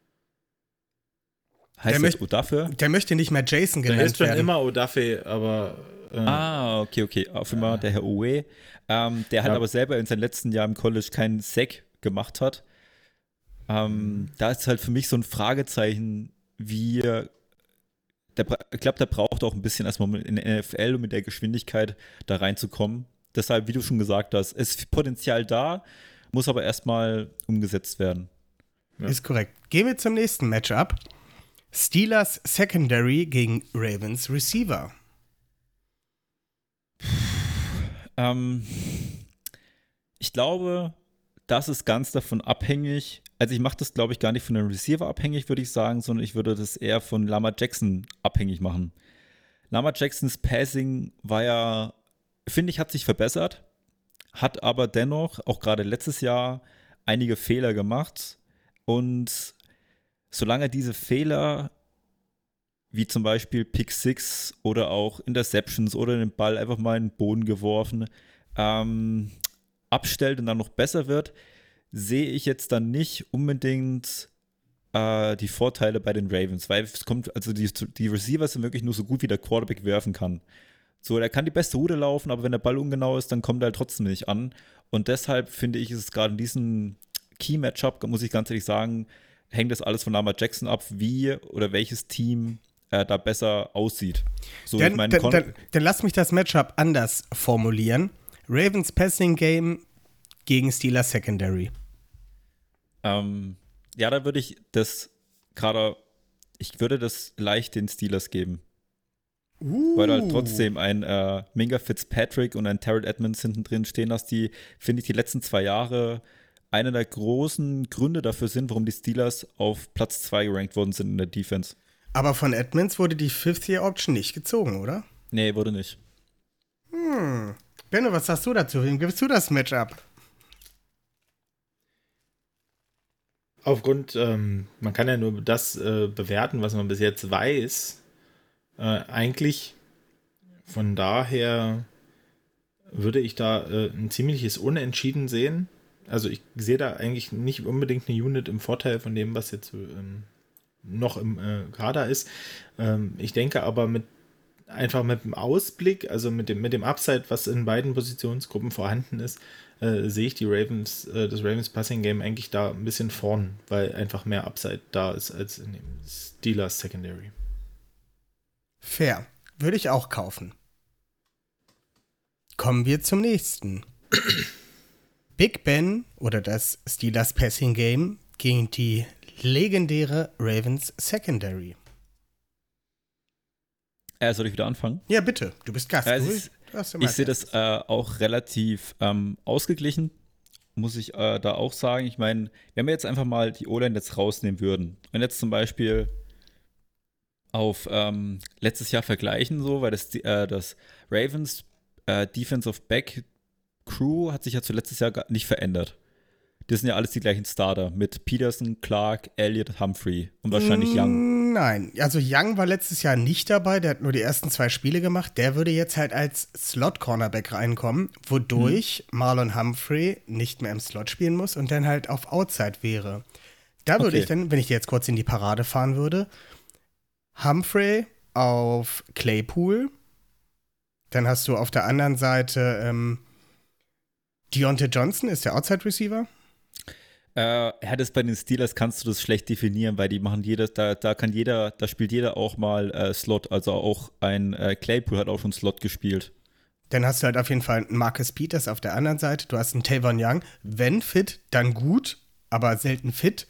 heißt der das dafür? Der möchte nicht mehr Jason Der genannt heißt schon werden. immer Odafe, aber äh, Ah, okay, okay. Auf einmal der Herr Oweh, ähm, der halt Ja. aber selber in seinem letzten Jahr im College keinen Sack gemacht hat. Ähm, da ist halt für mich so ein Fragezeichen, wie. Der, bra- ich glaube, der braucht auch ein bisschen erstmal in der N F L, um mit der Geschwindigkeit da reinzukommen. Deshalb, wie du schon gesagt hast, ist Potenzial da, muss aber erstmal umgesetzt werden. Ja. Ist korrekt. Gehen wir zum nächsten Matchup. Steelers Secondary gegen Ravens Receiver. Ähm, ich glaube, das ist ganz davon abhängig. Also ich mache das, glaube ich, gar nicht von dem Receiver abhängig, würde ich sagen, sondern ich würde das eher von Lamar Jackson abhängig machen. Lamar Jacksons Passing war ja, finde ich, hat sich verbessert, hat aber dennoch, auch gerade letztes Jahr, einige Fehler gemacht. Und solange diese Fehler, wie zum Beispiel Pick Six oder auch Interceptions oder den Ball einfach mal in den Boden geworfen, ähm, abstellt und dann noch besser wird, sehe ich jetzt dann nicht unbedingt äh, die Vorteile bei den Ravens, weil es kommt, also die, die Receiver sind wirklich nur so gut, wie der Quarterback werfen kann. So, der kann die beste Route laufen, aber wenn der Ball ungenau ist, dann kommt er halt trotzdem nicht an. Und deshalb finde ich, ist es gerade in diesem Key-Matchup, muss ich ganz ehrlich sagen, hängt das alles von Lamar Jackson ab, wie oder welches Team äh, da besser aussieht. So, Dann, ich meine, dann, Con- dann, dann lass mich das Matchup anders formulieren. Ravens Passing Game gegen Steelers Secondary. Ähm, ja, da würde ich das gerade, ich würde das leicht den Steelers geben. Uh. Weil du halt trotzdem ein äh, Minka Fitzpatrick und ein Terrell Edmonds hinten drin stehen hast, die, finde ich, die letzten zwei Jahre einer der großen Gründe dafür sind, warum die Steelers auf Platz zwei gerankt worden sind in der Defense. Aber von Edmonds wurde die Fifth-Year-Option nicht gezogen, oder? Nee, wurde nicht. Hm. Benno, was sagst du dazu? Wem gibst du das Matchup? aufgrund, ähm, man kann ja nur das äh, bewerten, was man bis jetzt weiß. Äh, eigentlich, von daher würde ich da äh, ein ziemliches Unentschieden sehen. Also ich sehe da eigentlich nicht unbedingt eine Unit im Vorteil von dem, was jetzt ähm, noch im äh, Kader ist. Ähm, ich denke aber mit einfach mit dem Ausblick, also mit dem, mit dem Upside, was in beiden Positionsgruppen vorhanden ist, äh, sehe ich die Ravens, äh, das Ravens Passing Game eigentlich da ein bisschen vorn, weil einfach mehr Upside da ist als in dem Steelers Secondary. Fair. Würde ich auch kaufen. Kommen wir zum nächsten. Big Ben oder das Steelers Passing Game gegen die legendäre Ravens Secondary. Äh, soll ich wieder anfangen? Ja, bitte. Du bist Gast. Ja, du, ist, du hast immer ich sehe das äh, auch relativ ähm, ausgeglichen, muss ich äh, da auch sagen. Ich meine, wenn wir jetzt einfach mal die O-Line jetzt rausnehmen würden und jetzt zum Beispiel auf ähm, letztes Jahr vergleichen, so, weil das, äh, das Ravens äh, Defensive Back Crew hat sich ja zu letztes Jahr gar nicht verändert. Das sind ja alles die gleichen Starter mit Peterson, Clark, Elliott, Humphrey und wahrscheinlich Young. Nein, also Young war letztes Jahr nicht dabei, der hat nur die ersten zwei Spiele gemacht. Der würde jetzt halt als Slot-Cornerback reinkommen, wodurch hm. Marlon Humphrey nicht mehr im Slot spielen muss und dann halt auf Outside wäre. Da würde Okay. ich dann, wenn ich dir jetzt kurz in die Parade fahren würde, Humphrey auf Claypool, dann hast du auf der anderen Seite ähm, Deontay Johnson ist der Outside-Receiver. Äh, ja, das bei den Steelers kannst du das schlecht definieren, weil die machen jedes, da, da kann jeder, da spielt jeder auch mal äh, Slot, also auch ein äh, Claypool hat auch schon Slot gespielt. Dann hast du halt auf jeden Fall einen Marcus Peters auf der anderen Seite. Du hast einen Tavon Young, wenn fit, dann gut, aber selten fit.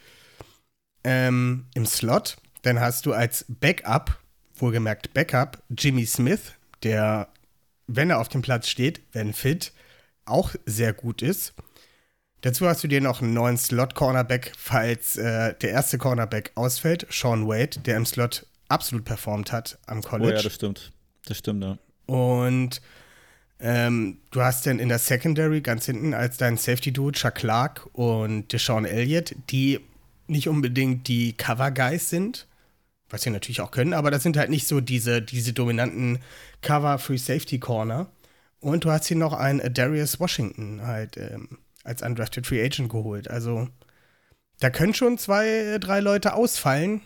Ähm, im Slot. Dann hast du als Backup, wohlgemerkt Backup, Jimmy Smith, der, wenn er auf dem Platz steht, wenn fit, auch sehr gut ist. Dazu hast du dir noch einen neuen Slot-Cornerback, falls äh, der erste Cornerback ausfällt, Sean Wade, der im Slot absolut performt hat am College. Oh ja, das stimmt. Das stimmt, ja. Und ähm, du hast dann in der Secondary ganz hinten als dein Safety-Duo Chuck Clark und Deshaun Elliott, die nicht unbedingt die Cover-Guys sind, was sie natürlich auch können, aber das sind halt nicht so diese, diese dominanten Cover-Free-Safety-Corner. Und du hast hier noch einen Darius Washington halt ähm, als Undrafted Free Agent geholt. Also da können schon zwei, drei Leute ausfallen.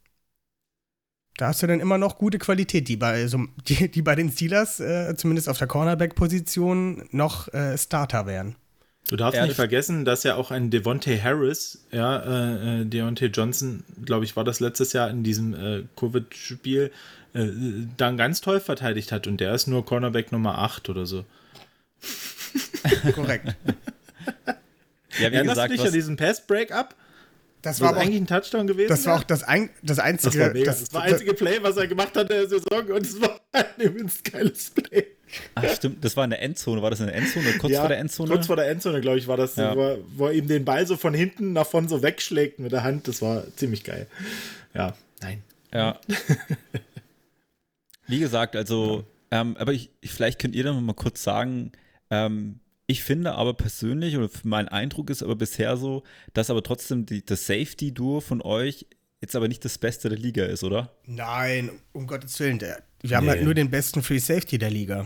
Da hast du dann immer noch gute Qualität, die bei, so, die, die bei den Steelers, äh, zumindest auf der Cornerback-Position, noch äh, Starter wären. Du darfst Ja, nicht das- vergessen, dass ja auch ein Devontae Harris, ja, äh, Deontay Johnson, glaube ich, war das letztes Jahr in diesem äh, Covid-Spiel, äh, dann ganz toll verteidigt hat und der ist nur Cornerback Nummer acht oder so. Korrekt. Ja, wie Erinnerst gesagt, du dich was, an diesen Pass-Break-Up? Das Das war war aber auch, eigentlich ein Touchdown gewesen. das war ja? auch das, ein, das einzige. Das war mega. das, Das war das einzige Play, was er gemacht hat in der Saison und es war ein übelst geiles Play. ach, stimmt, das war in der Endzone. War das in der Endzone oder kurz Ja, vor der Endzone? Kurz vor der Endzone, glaube ich, war das, Ja. wo, wo er ihm den Ball so von hinten nach vorne so wegschlägt mit der Hand. Das war ziemlich geil. Ja, nein. Ja. Wie gesagt, also, ähm, aber ich, ich, vielleicht könnt ihr dann mal kurz sagen, ähm, ich finde aber persönlich, oder mein Eindruck ist aber bisher so, dass aber trotzdem die, das Safety-Duo von euch jetzt aber nicht das Beste der Liga ist, oder? Nein, um Gottes Willen. Der, wir haben Nee. halt nur den besten Free Safety der Liga.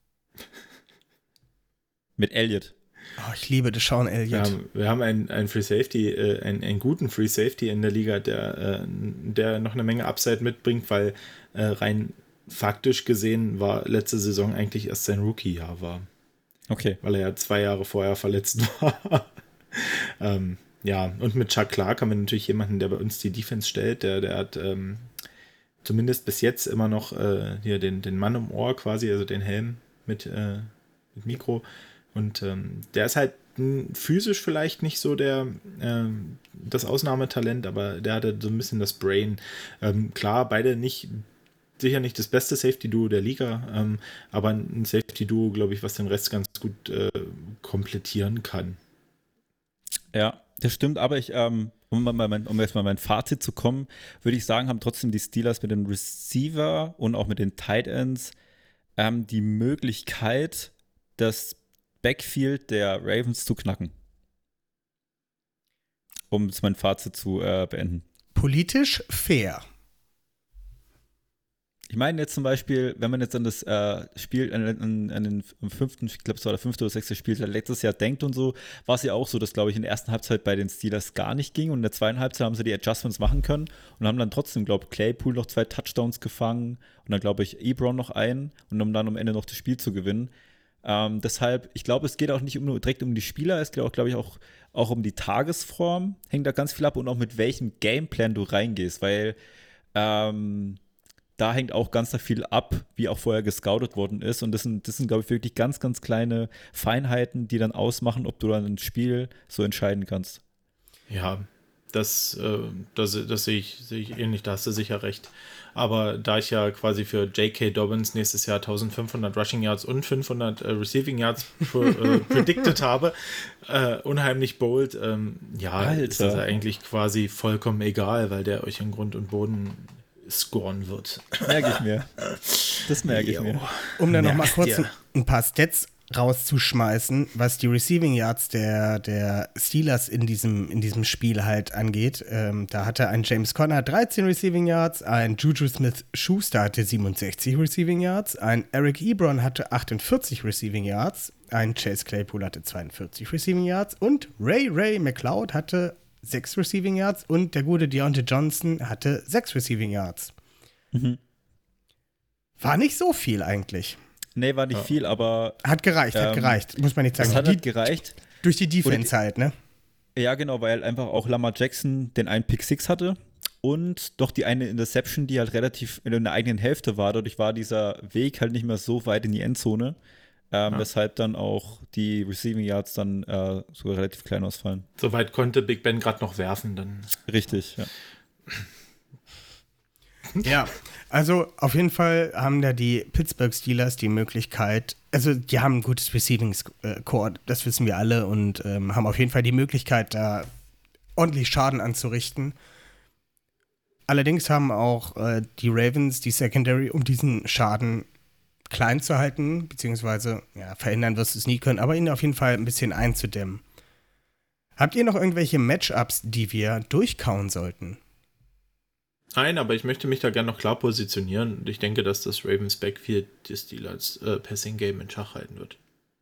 Mit Elliott. Oh, ich liebe Deshaun Wir Elliott. haben, wir haben einen, einen Free Safety, äh, einen, einen guten Free Safety in der Liga, der, äh, der noch eine Menge Upside mitbringt, weil äh, rein faktisch gesehen war letzte Saison eigentlich erst sein Rookie-Jahr war, Okay. weil er ja zwei Jahre vorher verletzt war. ähm, ja, und mit Chuck Clark haben wir natürlich jemanden, der bei uns die Defense stellt, der, der hat ähm, zumindest bis jetzt immer noch äh, hier den, den Mann im Ohr quasi, also den Helm mit, äh, mit Mikro. Und ähm, der ist halt mh, physisch vielleicht nicht so der ähm, das Ausnahmetalent, aber der hatte so ein bisschen das Brain. Ähm, klar, beide nicht, sicher nicht das beste Safety-Duo der Liga, ähm, aber ein Safety-Duo, glaube ich, was den Rest ganz gut äh, komplettieren kann. Ja, das stimmt, aber ich, ähm, um, mal mein, um jetzt mal mein Fazit zu kommen, würde ich sagen, haben trotzdem die Steelers mit dem Receiver und auch mit den Tight Ends ähm, die Möglichkeit, das Backfield der Ravens zu knacken. Um jetzt mein Fazit zu äh, beenden. Politisch fair. Ich meine jetzt zum Beispiel, wenn man jetzt an das äh, Spiel, an, an, an den fünften, ich glaube es war der fünfte oder sechste Spiel letztes Jahr denkt und so, war es ja auch so, dass, glaube ich, in der ersten Halbzeit bei den Steelers gar nicht ging und in der zweiten Halbzeit haben sie die Adjustments machen können und haben dann trotzdem, glaube ich, Claypool noch zwei Touchdowns gefangen und dann, glaube ich, Ebron noch einen und um dann am Ende noch das Spiel zu gewinnen. Ähm, deshalb, ich glaube, es geht auch nicht um, nur direkt um die Spieler, es geht auch, glaube ich, auch, auch um die Tagesform, hängt da ganz viel ab und auch mit welchem Gameplan du reingehst, weil ähm, da hängt auch ganz viel ab, wie auch vorher gescoutet worden ist. Und das sind, das sind, glaube ich, wirklich ganz, ganz kleine Feinheiten, die dann ausmachen, ob du dann ein Spiel so entscheiden kannst. Ja, das, äh, das, das sehe ich, sehe ich ähnlich, da hast du sicher recht. Aber da ich ja quasi für J K. Dobbins nächstes Jahr eintausendfünfhundert Rushing Yards und fünfhundert äh, Receiving Yards pro, äh, predicted habe, äh, unheimlich bold, ähm, ja, Alter. ist das eigentlich quasi vollkommen egal, weil der euch in Grund und Boden scoren wird. Merke ich mir. Das merke ich Jo. mir. Um dann nochmal Merkt kurz ihr. ein, ein paar Stats rauszuschmeißen, was die Receiving Yards der, der Steelers in diesem, in diesem Spiel halt angeht. Ähm, da hatte ein James Conner dreizehn Receiving Yards, ein Juju Smith-Schuster hatte siebenundsechzig Receiving Yards, ein Eric Ebron hatte achtundvierzig Receiving Yards, ein Chase Claypool hatte zweiundvierzig Receiving Yards und Ray Ray McLeod hatte sechs Receiving Yards und der gute Deontay Johnson hatte sechs Receiving Yards. Mhm. War nicht so viel eigentlich. Nee, war nicht Ja. viel, aber Hat gereicht, hat Ähm, gereicht, muss man nicht sagen. es hat Die- halt gereicht. Durch die Defense Oder die- halt, ne? Ja, genau, weil einfach auch Lamar Jackson den einen Pick Six hatte und doch die eine Interception, die halt relativ in der eigenen Hälfte war. Dadurch war dieser Weg halt nicht mehr so weit in die Endzone, ähm, Ja. weshalb dann auch die Receiving Yards dann äh, sogar relativ klein ausfallen. Soweit konnte Big Ben gerade noch werfen, dann Richtig, ja. Ja, also auf jeden Fall haben da die Pittsburgh Steelers die Möglichkeit, also die haben ein gutes Receiving Core, das wissen wir alle und ähm, haben auf jeden Fall die Möglichkeit, da ordentlich Schaden anzurichten. Allerdings haben auch äh, die Ravens die Secondary, um diesen Schaden klein zu halten, beziehungsweise ja, verhindern wirst du es nie können, aber ihn auf jeden Fall ein bisschen einzudämmen. Habt ihr noch irgendwelche Matchups, die wir durchkauen sollten? Nein, aber ich möchte mich da gerne noch klar positionieren und ich denke, dass das Ravens Backfield die Steelers äh, Passing Game in Schach halten wird.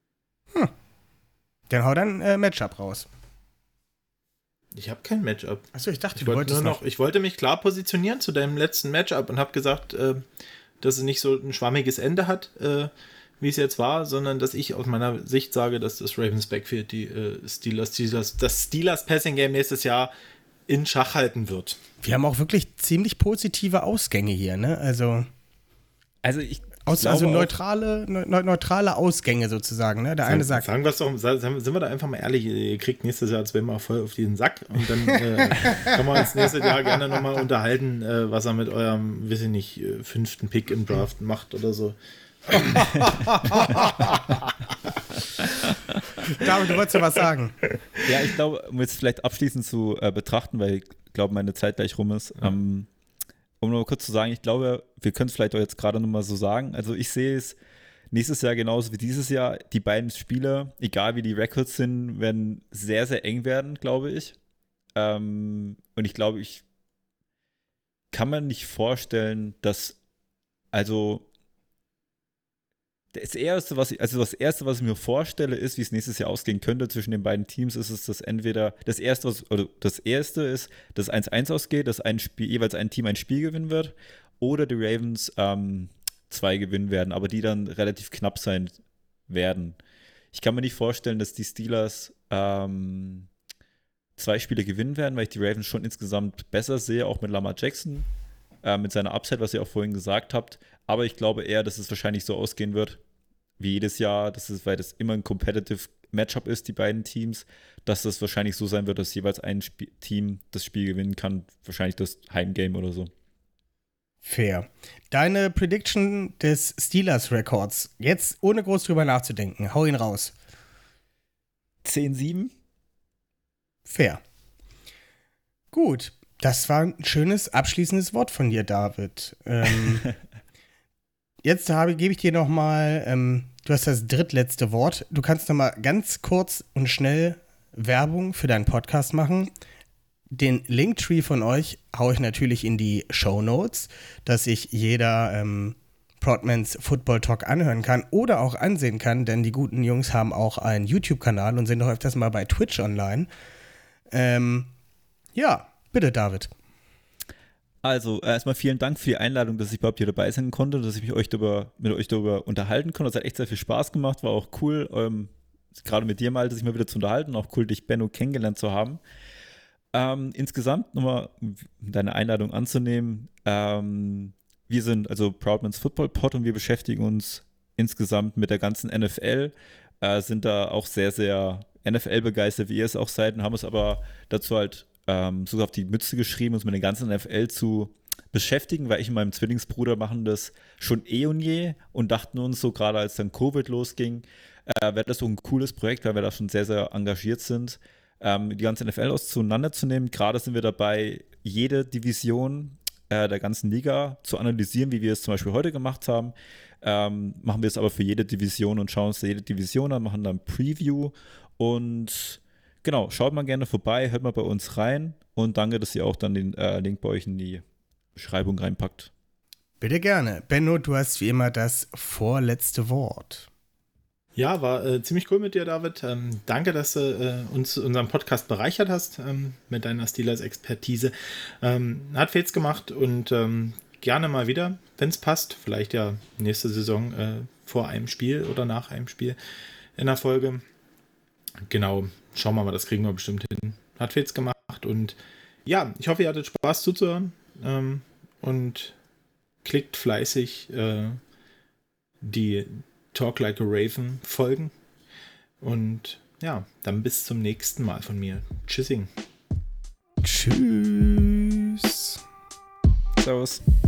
Dann hau dann äh, Matchup raus. Ich habe kein Matchup. Achso, ich dachte, Ich du wollte, wolltest nur noch. noch, ich wollte mich klar positionieren zu deinem letzten Matchup und habe gesagt, äh, dass es nicht so ein schwammiges Ende hat, äh, wie es jetzt war, sondern dass ich aus meiner Sicht sage, dass das Ravens Backfield die äh, Steelers, Steelers, das Steelers Passing Game nächstes Jahr in Schach halten wird. Wir haben auch wirklich ziemlich positive Ausgänge hier, ne? Also, Also ich aus, glaube also auch- neutrale, neu, neutrale Ausgänge sozusagen, ne? Der eine sagt, Sagen wir es doch, sagen- sind wir da einfach mal ehrlich, ihr kriegt nächstes Jahr zwei Mal voll auf diesen Sack und dann äh, können wir uns nächstes Jahr gerne nochmal unterhalten, äh, was er mit eurem, weiß ich nicht, äh, fünften Pick im Draft macht oder so. David, du wolltest ja was sagen. Ja, ich glaube, um jetzt vielleicht abschließend zu äh, betrachten, weil ich glaube, meine Zeit gleich rum ist, ähm, um noch mal kurz zu sagen, ich glaube, wir können es vielleicht auch jetzt gerade nochmal so sagen. Also ich sehe es nächstes Jahr genauso wie dieses Jahr. Die beiden Spieler, egal wie die Records sind, werden sehr, sehr eng werden, glaube ich. Ähm, und ich glaube, ich kann mir nicht vorstellen, dass, also das erste, was ich, also das erste, was ich mir vorstelle, ist, wie es nächstes Jahr ausgehen könnte zwischen den beiden Teams, ist es, dass entweder das erste, was, oder das erste ist, dass eins eins ausgeht, dass ein Spiel, jeweils ein Team ein Spiel gewinnen wird, oder die Ravens ähm, zwei gewinnen werden, aber die dann relativ knapp sein werden. Ich kann mir nicht vorstellen, dass die Steelers ähm, zwei Spiele gewinnen werden, weil ich die Ravens schon insgesamt besser sehe, auch mit Lamar Jackson, äh, mit seiner Upside, was ihr auch vorhin gesagt habt. Aber ich glaube eher, dass es wahrscheinlich so ausgehen wird, wie jedes Jahr, das ist, weil das immer ein competitive Matchup ist, die beiden Teams, dass das wahrscheinlich so sein wird, dass jeweils ein Sp- Team das Spiel gewinnen kann, wahrscheinlich das Heimgame oder so. Fair. Deine Prediction des Steelers-Records, jetzt ohne groß drüber nachzudenken, hau ihn raus. zehn sieben? Fair. Gut, das war ein schönes abschließendes Wort von dir, David. Ähm, jetzt habe, gebe ich dir noch mal, ähm, du hast das drittletzte Wort. Du kannst noch mal ganz kurz und schnell Werbung für deinen Podcast machen. Den Linktree von euch haue ich natürlich in die Shownotes, dass sich jeder ähm, Prodmans Football Talk anhören kann oder auch ansehen kann, denn die guten Jungs haben auch einen YouTube-Kanal und sind auch öfters mal bei Twitch online. Ähm, ja, bitte, David. Also, äh, erstmal vielen Dank für die Einladung, dass ich überhaupt hier dabei sein konnte, dass ich mich euch darüber, mit euch darüber unterhalten konnte. Das hat echt sehr viel Spaß gemacht, war auch cool, ähm, gerade mit dir mal, sich mal wieder zu unterhalten, auch cool, dich, Benno, kennengelernt zu haben. Ähm, insgesamt nochmal deine Einladung anzunehmen. Ähm, wir sind also Proudmans Football Pod und wir beschäftigen uns insgesamt mit der ganzen N F L, äh, sind da auch sehr, sehr N F L begeistert, wie ihr es auch seid, und haben es aber dazu halt ähm, sogar auf die Mütze geschrieben, uns mit der ganzen N F L zu beschäftigen, weil ich und meinem Zwillingsbruder machen das schon eh und je und dachten uns so, gerade als dann Covid losging, äh, wäre das so ein cooles Projekt, weil wir da schon sehr, sehr engagiert sind, ähm, die ganze N F L auseinanderzunehmen. Gerade sind wir dabei, jede Division äh, der ganzen Liga zu analysieren, wie wir es zum Beispiel heute gemacht haben. Ähm, machen wir es aber für jede Division und schauen uns jede Division an, machen dann Preview und genau, schaut mal gerne vorbei, hört mal bei uns rein und danke, dass ihr auch dann den äh, Link bei euch in die Beschreibung reinpackt. Bitte gerne. Benno, du hast wie immer das vorletzte Wort. Ja, war äh, ziemlich cool mit dir, David. Ähm, danke, dass du äh, uns unseren Podcast bereichert hast ähm, mit deiner Steelers-Expertise. Ähm, hat Fets gemacht und ähm, gerne mal wieder, wenn es passt. Vielleicht ja nächste Saison äh, vor einem Spiel oder nach einem Spiel in der Folge. Genau, schauen wir mal, das kriegen wir bestimmt hin. Hat Fets gemacht und ja, ich hoffe, ihr hattet Spaß zuzuhören. Ähm, und klickt fleißig äh, die Talk Like a Raven Folgen. Und ja, dann bis zum nächsten Mal von mir. Tschüssing. Tschüss. Servus.